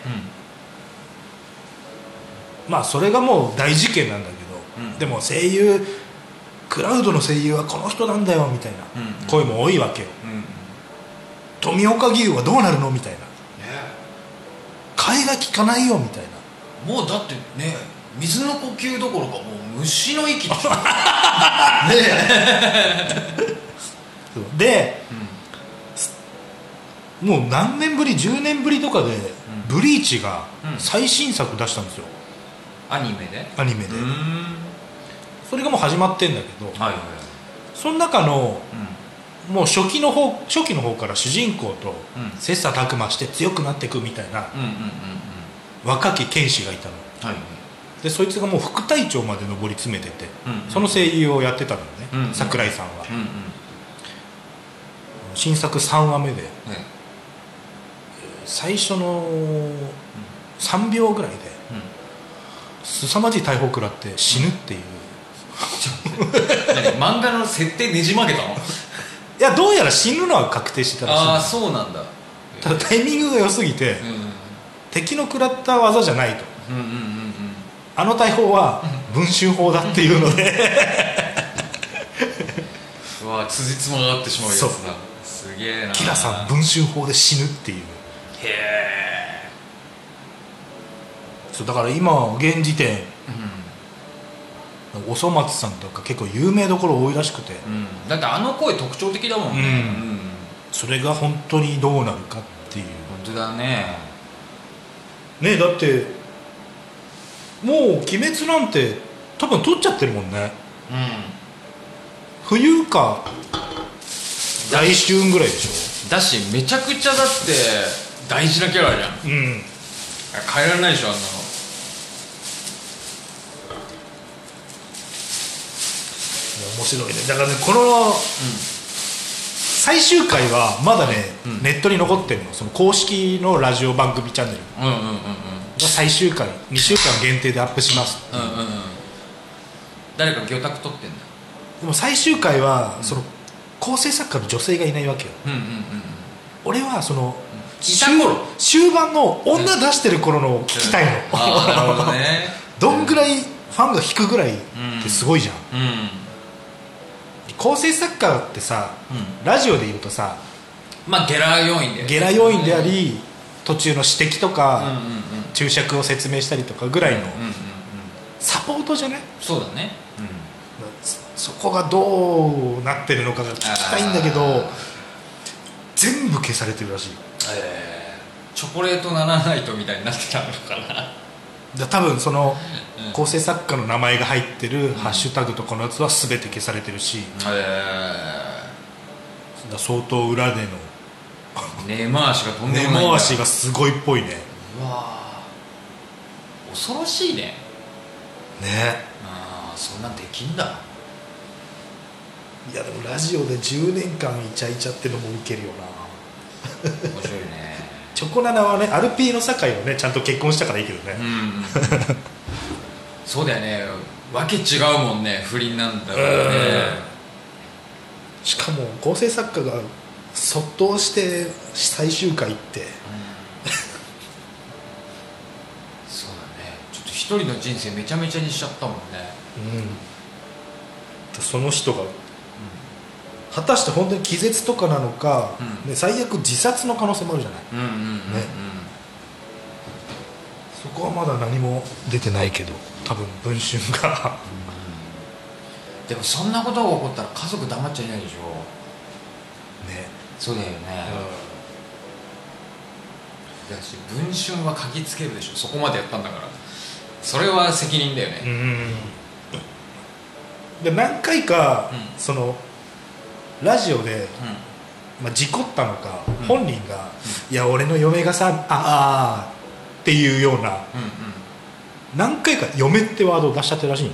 まあそれがもう大事件なんだけど、でも声優、クラウドの声優はこの人なんだよみたいな声も多いわけよ、富岡義勇はどうなるのみたいな、替えが利かないよみたいな。 もうだってね、水の呼吸どころかもう虫の息でしょで、もう何年ぶり、10年ぶりとかで、ブリーチが最新作出したんですよ、 アニメで。 それがもう始まってんだけど、その中の、もう初期の方から主人公と切磋琢磨して強くなっていくみたいな若き剣士がいたの、でそいつがもう副隊長まで上り詰めてて、その声優をやってたのね、桜井さんは、新作3話目で、最初の3秒ぐらいで、凄まじい大砲食らって死ぬっていう漫画の設定ねじ曲げたの？ いや、どうやら死ぬのは確定してたらしい。 ああ、そうなんだ。 ただタイミングが良すぎて、敵の食らった技じゃないと、あの大砲は文春砲だっていうのでうわ、辻褄が合ってしまうやつだ。すげえな。 キラさん文春砲で死ぬっていう。へえ。 そうだから今現時点、おそ松さんとか結構有名どころ多いらしくて、 だってあの声特徴的だもんね、 それが本当にどうなるかっていう。 本当だね。 ね、だってもう鬼滅なんて多分撮っちゃってるもんね、冬か来春ぐらいでしょ。 だしめちゃくちゃだって大事なキャラじゃん、変えられないでしょ、あんなの。 面白いね。だからね、この、最終回はまだね、ネットに残ってるの。その公式のラジオ番組チャンネルが最終回2週間限定でアップします。 誰か魚拓取ってんだ。 でも最終回はその構成作家の女性がいないわけよ。俺はその終盤の女出してる頃のを聞きたいの。 なるほどね。 どんぐらいファンが引くぐらいってすごいじゃん。構成作家ってさ、ラジオで言うとさ、 まあゲラ要員で、 ゲラ要員であり、途中の指摘とか、注釈を説明したりとかぐらいのサポートじゃない？ そうだね、 そこがどうなってるのかが聞きたいんだけど、全部消されてるらしい。 チョコレートならないとみたいになってたのかな。 多分その構成作家の名前が入ってるハッシュタグとかのやつは全て消されてるし、相当裏での根回しがとんでもないんだ。 根回しがすごいっぽいね。 うわ恐ろしいね。 ね、 そんなんできんだ。 いやでもラジオで10年間イチャイチャってのもウケるよな。 面白いね。 チョコナナはね、アルピーの酒井はねちゃんと結婚したからいいけどね、 そうだよね、わけ違うもんね、不倫なんだからね。 しかも構成作家がそっとして最終回って、 そうだね、ちょっと一人の人生めちゃめちゃにしちゃったもんね。 その人が、果たして本当に気絶とかなのか、ね、最悪自殺の可能性もあるじゃない。そこはまだ何も出てないけど、多分文春がでもそんなことが起こったら家族黙っちゃいないでしょ。 ね、 そうだよね。だし文春は嗅ぎつけるでしょ、そこまでやったんだから。それは責任だよね。 で何回か、そのラジオで、事故ったのか、本人が、いや俺の嫁がさっていうような、何回か嫁ってワードを出しちゃってるらしいの。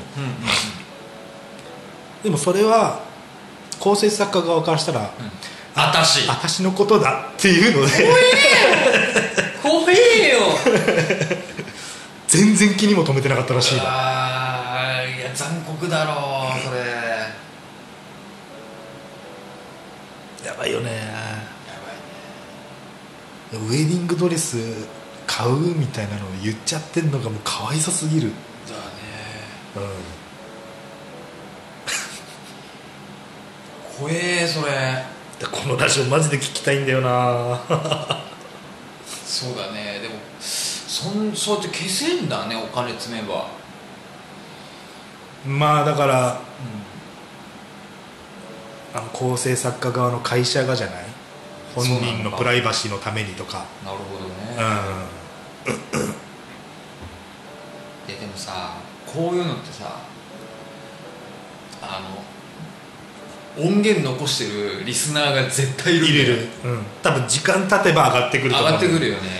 でもそれは構成作家側からしたら、私のことだっていうので怖えよ全然気にも留めてなかったらしいわ。 いや残酷だろうそれ。 やばいよね。ウェディングドレス買うみたいなのを言っちゃってんのがもうかわいそすぎる。 だね。怖えそれ。 このラジオマジで聞きたいんだよな。 そうだね。でもそうやって消せんだね、お金積めば。 まあだから、構成作家側の会社がじゃない、本人のプライバシーのためにとか。 なるほどね。でもさ、こういうのってさ、音源残してるリスナーが絶対いるんだよ。 多分時間経てば上がってくると思う。 上がってくるよね。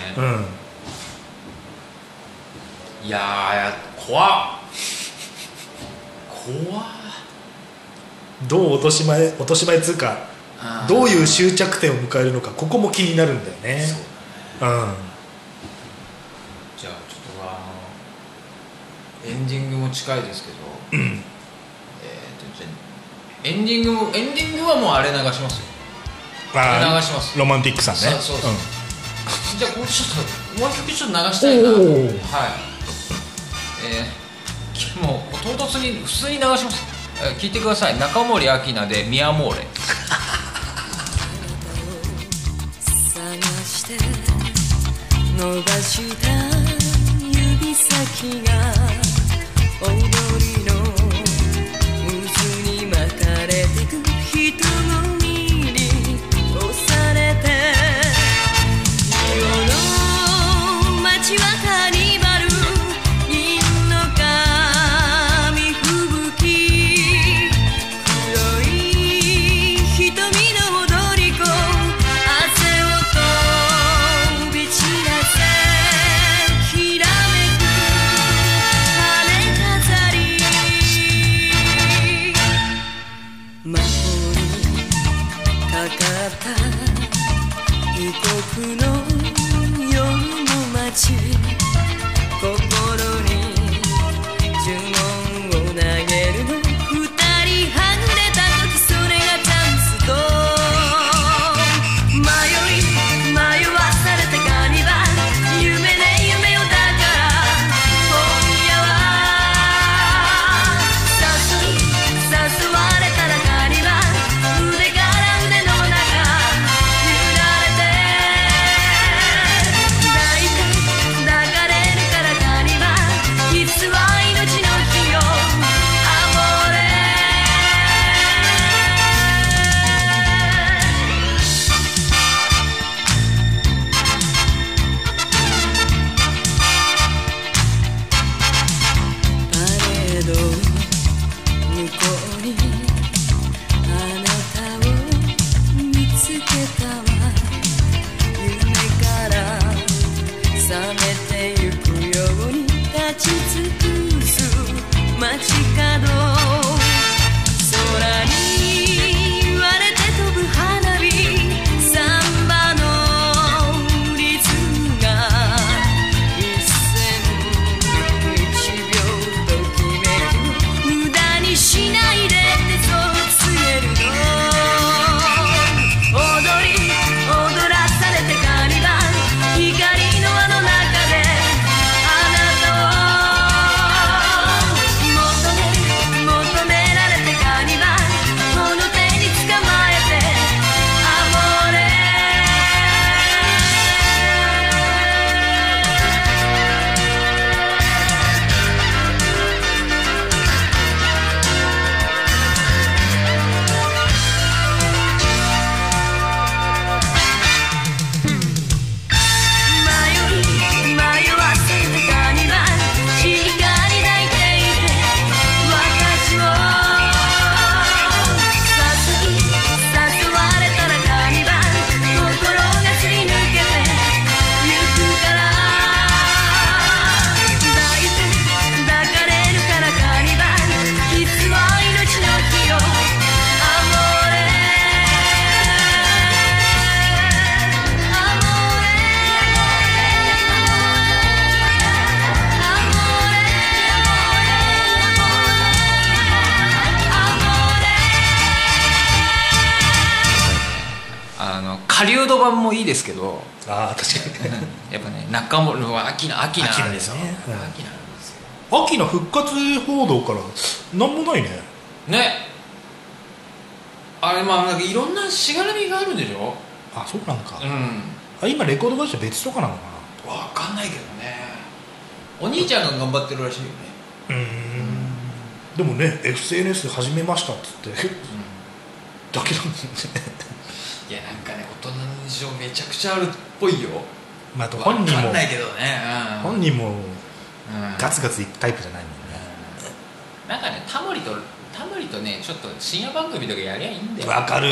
いや怖っどう落とし前つうか、どういう終着点を迎えるのか、ここも気になるんだよね。 じゃあちょっとエンディングも近いですけど、エンディングはもうあれ流しますよ。あれ流します。 ロマンティックさんね。 そう、じゃあこれちょっともう一曲ちょっと流したいな。もう唐突に普通に流します。聞いてください。中森明菜でミアモーレ。探して伸ばした指先が踊りの渦に巻かれてく人混みに押されて、夜の街はカニバル、銀の紙吹雪、黒い瞳の踊り子、汗を飛び散らせきらめく狩人版もいいですけど、 ああ確かにやっぱね中森は秋なんですよね。 秋の復活報道からなんもないね。 ね、あれまあなんかいろんなしがらみがあるんでしょ。 あ、そうなんか、 うん、 今レコード会社別とかなのかな、分かんないけどね。お兄ちゃんが頑張ってるらしいよね。 でもね SNS 始めましたっつって、だけだもんね。 いやなんかね大人の事情めちゃくちゃあるっぽいよ。 まあ、あと本人も分かんないけどね、 本人もガツガツいくタイプじゃないもんね。 なんかねタモリとねちょっと深夜番組とかやりゃいいんだよ。 わかる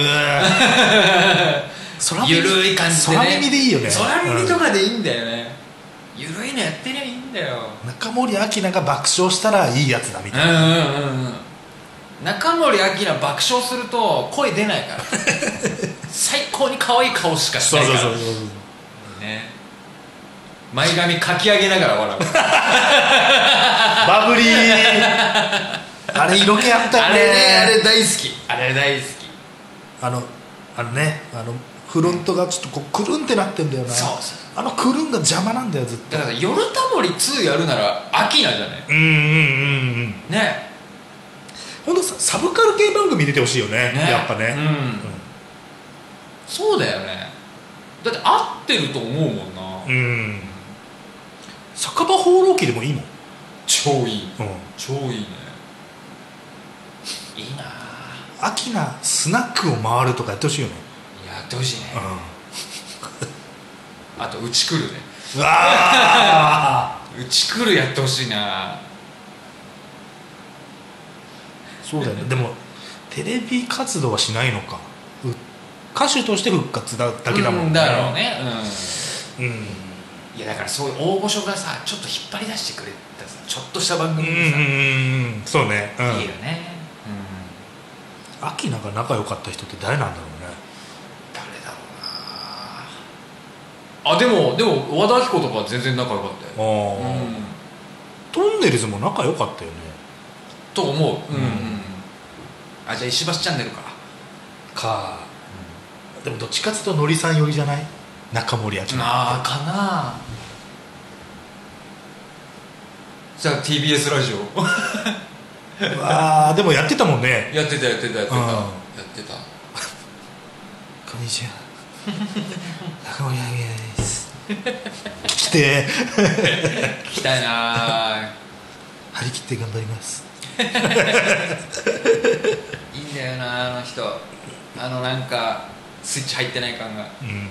ゆるい感じでね。 空耳でいいよね。 空耳とかでいいんだよね、ゆるいのやってりゃいいんだよ。 中森明菜が爆笑したらいいやつだみたいな。 中森明菜爆笑すると声出ないから最高に可愛い顔しかしないから。そうね、前髪かき上げながら笑うバブリーあれ色気あったよね。 あれ大好き。あれ大好き。 あのねフロントがちょっとこうくるんってなってんだよな。そうあのくるんが邪魔なんだよずっと。 だから夜タモリ2やるならアキナじゃない。ね、 ほんとサブカル系番組出てほしいよねやっぱね。 そうだよね。だって合ってると思うもんな。 酒場放浪記でもいいもん。 超いい、超いいね。いいなアキナスナックを回るとかやってほしいよね。 やってほしいね。あとうち来るね。 うわうち来るやってほしいな。 そうだよね。でもテレビ活動はしないのか。歌手として復活だけだもんね。 だろうね。いやだからそういう大御所がさちょっと引っ張り出してくれたさちょっとした番組でさ、そうね、いいよね。 アキナが仲良かった人って誰なんだろうね。 誰だろうな。あでも和田アキ子とか全然仲良かったよ。 トンネルズも仲良かったよねと思う。あじゃあ石橋チャンネルか。 でもどっちかっていうとノリさん寄りじゃない。中森明菜かな。じゃあ TBS ラジオでもやってたもんね。 やってたこんにちは中森明菜です来て聞きたいな。 張り切って頑張りますいいんだよなあの人。なんかスイッチ入ってない感が。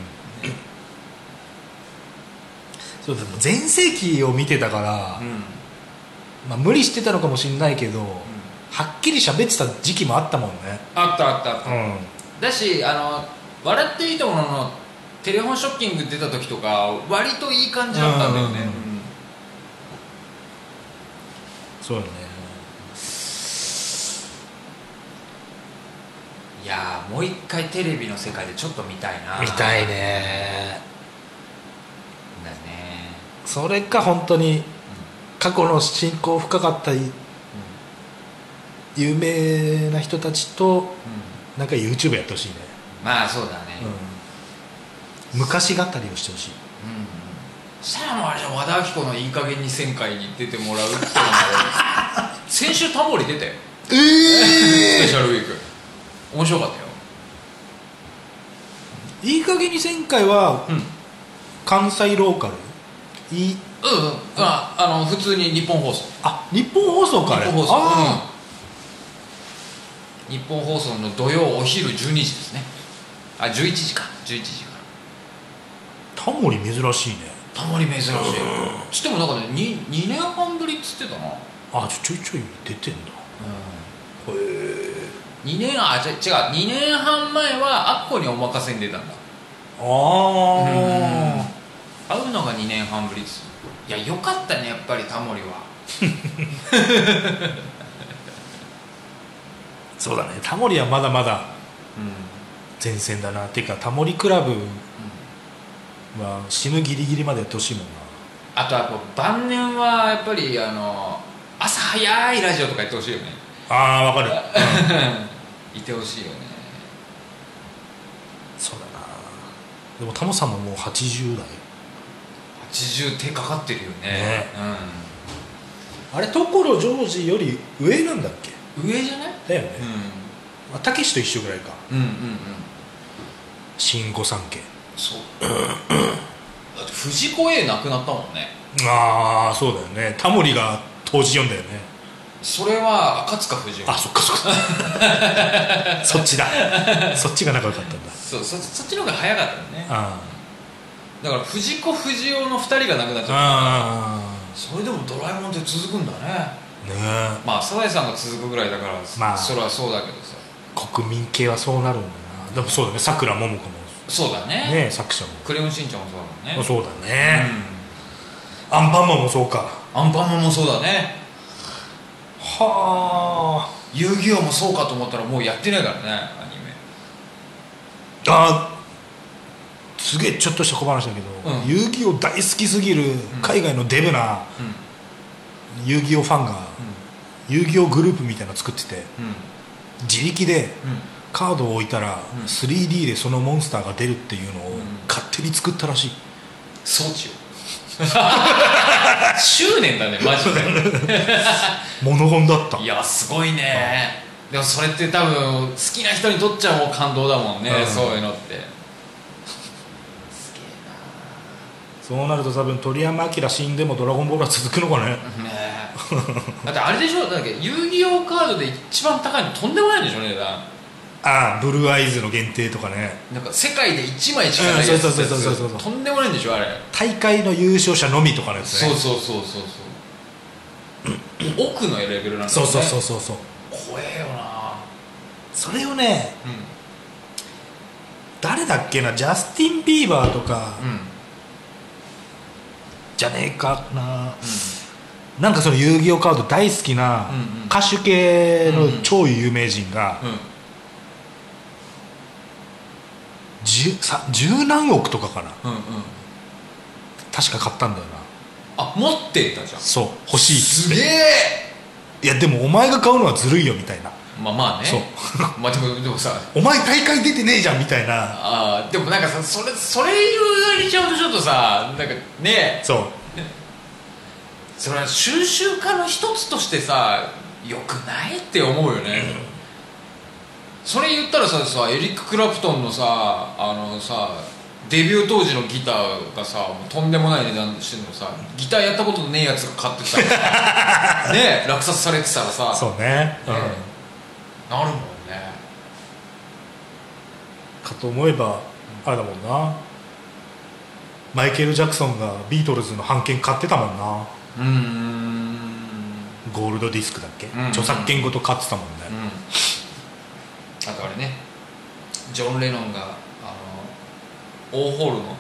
そうでも全盛期を見てたから、無理してたのかもしれないけど、はっきり喋ってた時期もあったもんね。 あった、だし笑っていいともののテレフォンショッキング出た時とか割といい感じだったんだよね。 そうよね。 いやもう一回テレビの世界でちょっと見たいな。 見たいね。 だね。 それか本当に過去の親交深かった有名な人たちとなんか YouTube やってほしいね。 まあそうだね。 昔語りをしてほしい。 したらもうあれじゃ和田アキ子のいい加減に1000回に出てもらうっていうのも先週タモリ出てスペシャルウィーク面白かったよ。 いい加減に1000回は、関西ローカル普通に日本放送。 日本放送か。 日本放送。日本放送の土曜お昼12時ですね。11時か。11時から。 タモリ珍しいね。 タモリ珍しい。つってもなんかね 2年半ぶりっつってたな。 ちょいちょい出てんだ。 2年半前はアッコにお任せに出たんだ。会うのが2年半ぶりです。いやよかったねやっぱりタモリはそうだね。タモリはまだまだ前線だな。っていうかタモリクラブは死ぬギリギリまでやってほしいもんな。 あとは晩年はやっぱり朝早いラジオとかやってほしいよね。 わかる、 いてほしいよね。 そうだな。 でもタモさんももう80代 80手かかってるよ ね、 あれ所ジョージより上なんだっけ？ 上じゃない？ だよね、たけしと一緒ぐらいか。新御三家。 そうだって藤子 A なくなったもんね。 ああそうだよね。タモリが当時読んだよね。 それは赤塚不二夫。 あ、そっかそっかそっちだそっちが仲良かったんだ。 そっちの方が早かったよね。だから藤子不二雄の2人が亡くなっちゃった。それでもドラえもんって続くんだね。まあサザエさんが続くぐらいだから、まあ、それはそうだけどさ、 国民系はそうなるんだな。でもそうだね、さくらももこもそうだね、 作者もクレヨンしんちゃんもそうだもんね。 そうだね、アンパンマンもそうか。 アンパンマンもそうだね。 はあ。 遊戯王もそうかと思ったらもうやってないからね、アニメ。 すげえちょっとした小話だけど、遊戯王大好きすぎる海外のデブな遊戯王ファンが遊戯王グループみたいなの作ってて、自力でカードを置いたら 3D でそのモンスターが出るっていうのを勝手に作ったらしい。 装置を執念だねマジでモノホンだった。 いやすごいね。でもそれって多分好きな人にとっちゃもう感動だもんね、そういうのって。 そうなると多分鳥山明死んでもドラゴンボールは続くのかね。 だってあれでしょ、だっけ遊戯王カードで一番高いのとんでもないでしょ値段。 ブルーアイズの限定とかね。 なんか世界で1枚しかないやつ、とんでもないんでしょあれ。 大会の優勝者のみとかのやつね。 そう奥のレベルなんだよね。 そう怖えよな。 それをね、誰だっけな、ジャスティン・ビーバーとか、じゃねえかな、なんかその遊戯王カード大好きな歌手系の超有名人が十何億とかかな、確か買ったんだよな。持ってたじゃん。 そう、欲しい。 すげえ。 いやでもお前が買うのはずるいよみたいな。 まあね。そうまあでもさ、 お前大会出てねえじゃんみたいな。 でもなんかさ、それ言われちゃうとちょっとさ、なんかね、それは収集家の一つとしてさよくないって思うよね、それ言ったらさエリック・クラプトンのさデビュー当時のギターがさもうとんでもない値段してるのさ、ギターやったことねえやつが買ってきたらね落札されてたらさ、 そうね、 なるもんね。 かと思えばあれだもんな、マイケル・ジャクソンがビートルズの版権買ってたもんな。ゴールドディスクだっけ、著作権ごと買ってたもんね、 あとあれね、ジョン・レノンがオーホールの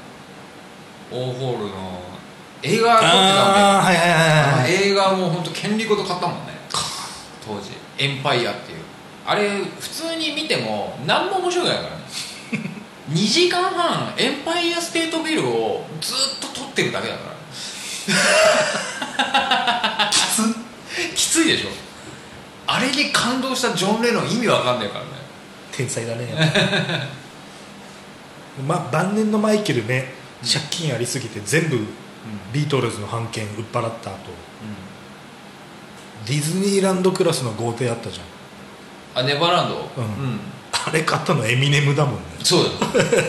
映画撮ってたんで、映画も本当権利ごと買ったもんね当時。エンパイアっていうあれ普通に見ても何も面白くないからね2時間半エンパイアステートビルをずっと撮ってるだけだからきついでしょ。あれに感動したジョン・レノン意味わかんないからね。 天才だね晩年のマイケルね、借金ありすぎて全部ビートルズの版権売っ払った後、ディズニーランドクラスの豪邸あったじゃん。ネバーランド、 あれ買ったのエミネムだもんね。 そうだよやっぱ引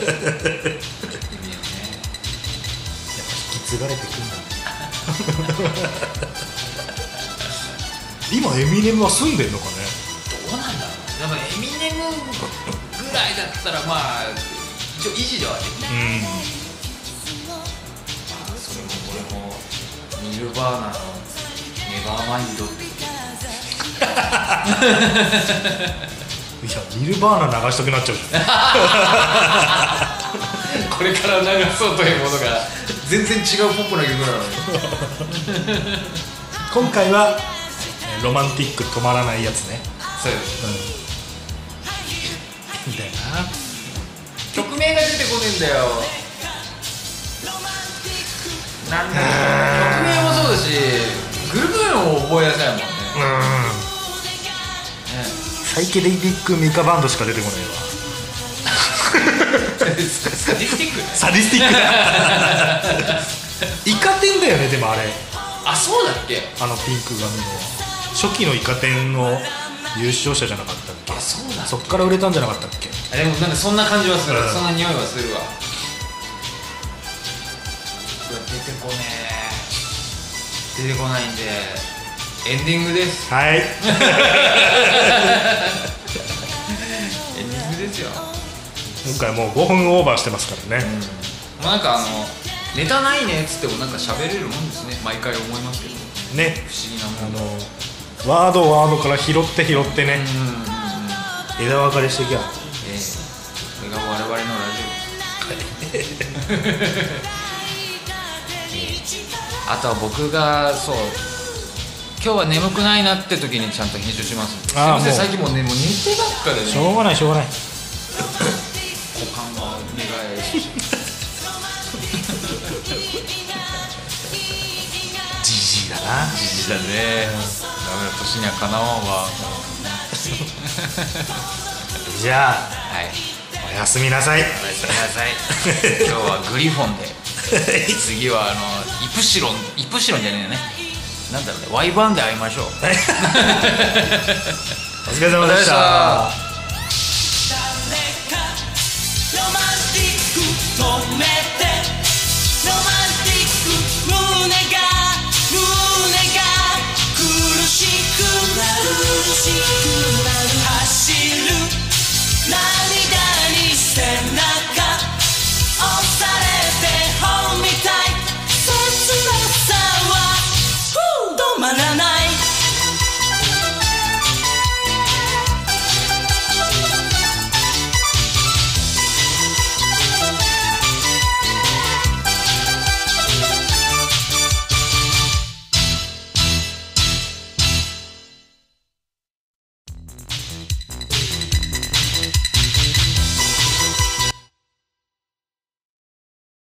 き継がれてくんだ今エミネムは住んでんのかね。 どうなんだろう。やっぱエミネムぐらいだったらまあ一応維持ではあるよね、それもこれもニルバーナのネバーマインドっていやニルバーナ流したくなっちゃうこれから流そうというものが全然違うポップな曲なのに今回はロマンティック止まらないやつね。 そうです、 みたいな曲名が出てこねえんだよ。なんだ曲名もそうだしグループ名も覚えやすいもんね。 サイケデリックミカバンドしか出てこないわサディスティックね。 サディスティックだイカ天だよね。でもあれ、 あ、そうだっけ。 ピンク髪の初期のイカ天の優勝者じゃなかったっけ。 あ、そうだっけ。 そっから売れたんじゃなかったっけ。 でもなんかそんな感じはする、そんな匂いはするわ。出てこねえ、出てこないんでエンディングです。 はいエンディングですよ。 今回もう5分オーバーしてますからね。 なんかネタないねっつってもなんか喋れるもんですね、毎回思いますけどね。 不思議なもの。 ワードから拾ってね、枝分かれしてきゃ、これが我々のラジオあとは僕がそう今日は眠くないなって時にちゃんと編集します。すいません、最近もう寝てばっかでね。 しょうがない股間が寝返りじじいだな。 じじいだね。ダメだ、年にはかなわんわじゃあ、 はい、 おやすみなさい。 おやすみなさい今日はグリフォンで次はイプシロンじゃねえよね、なんだろうね、ワイバーンで会いましょうお疲れ様でした。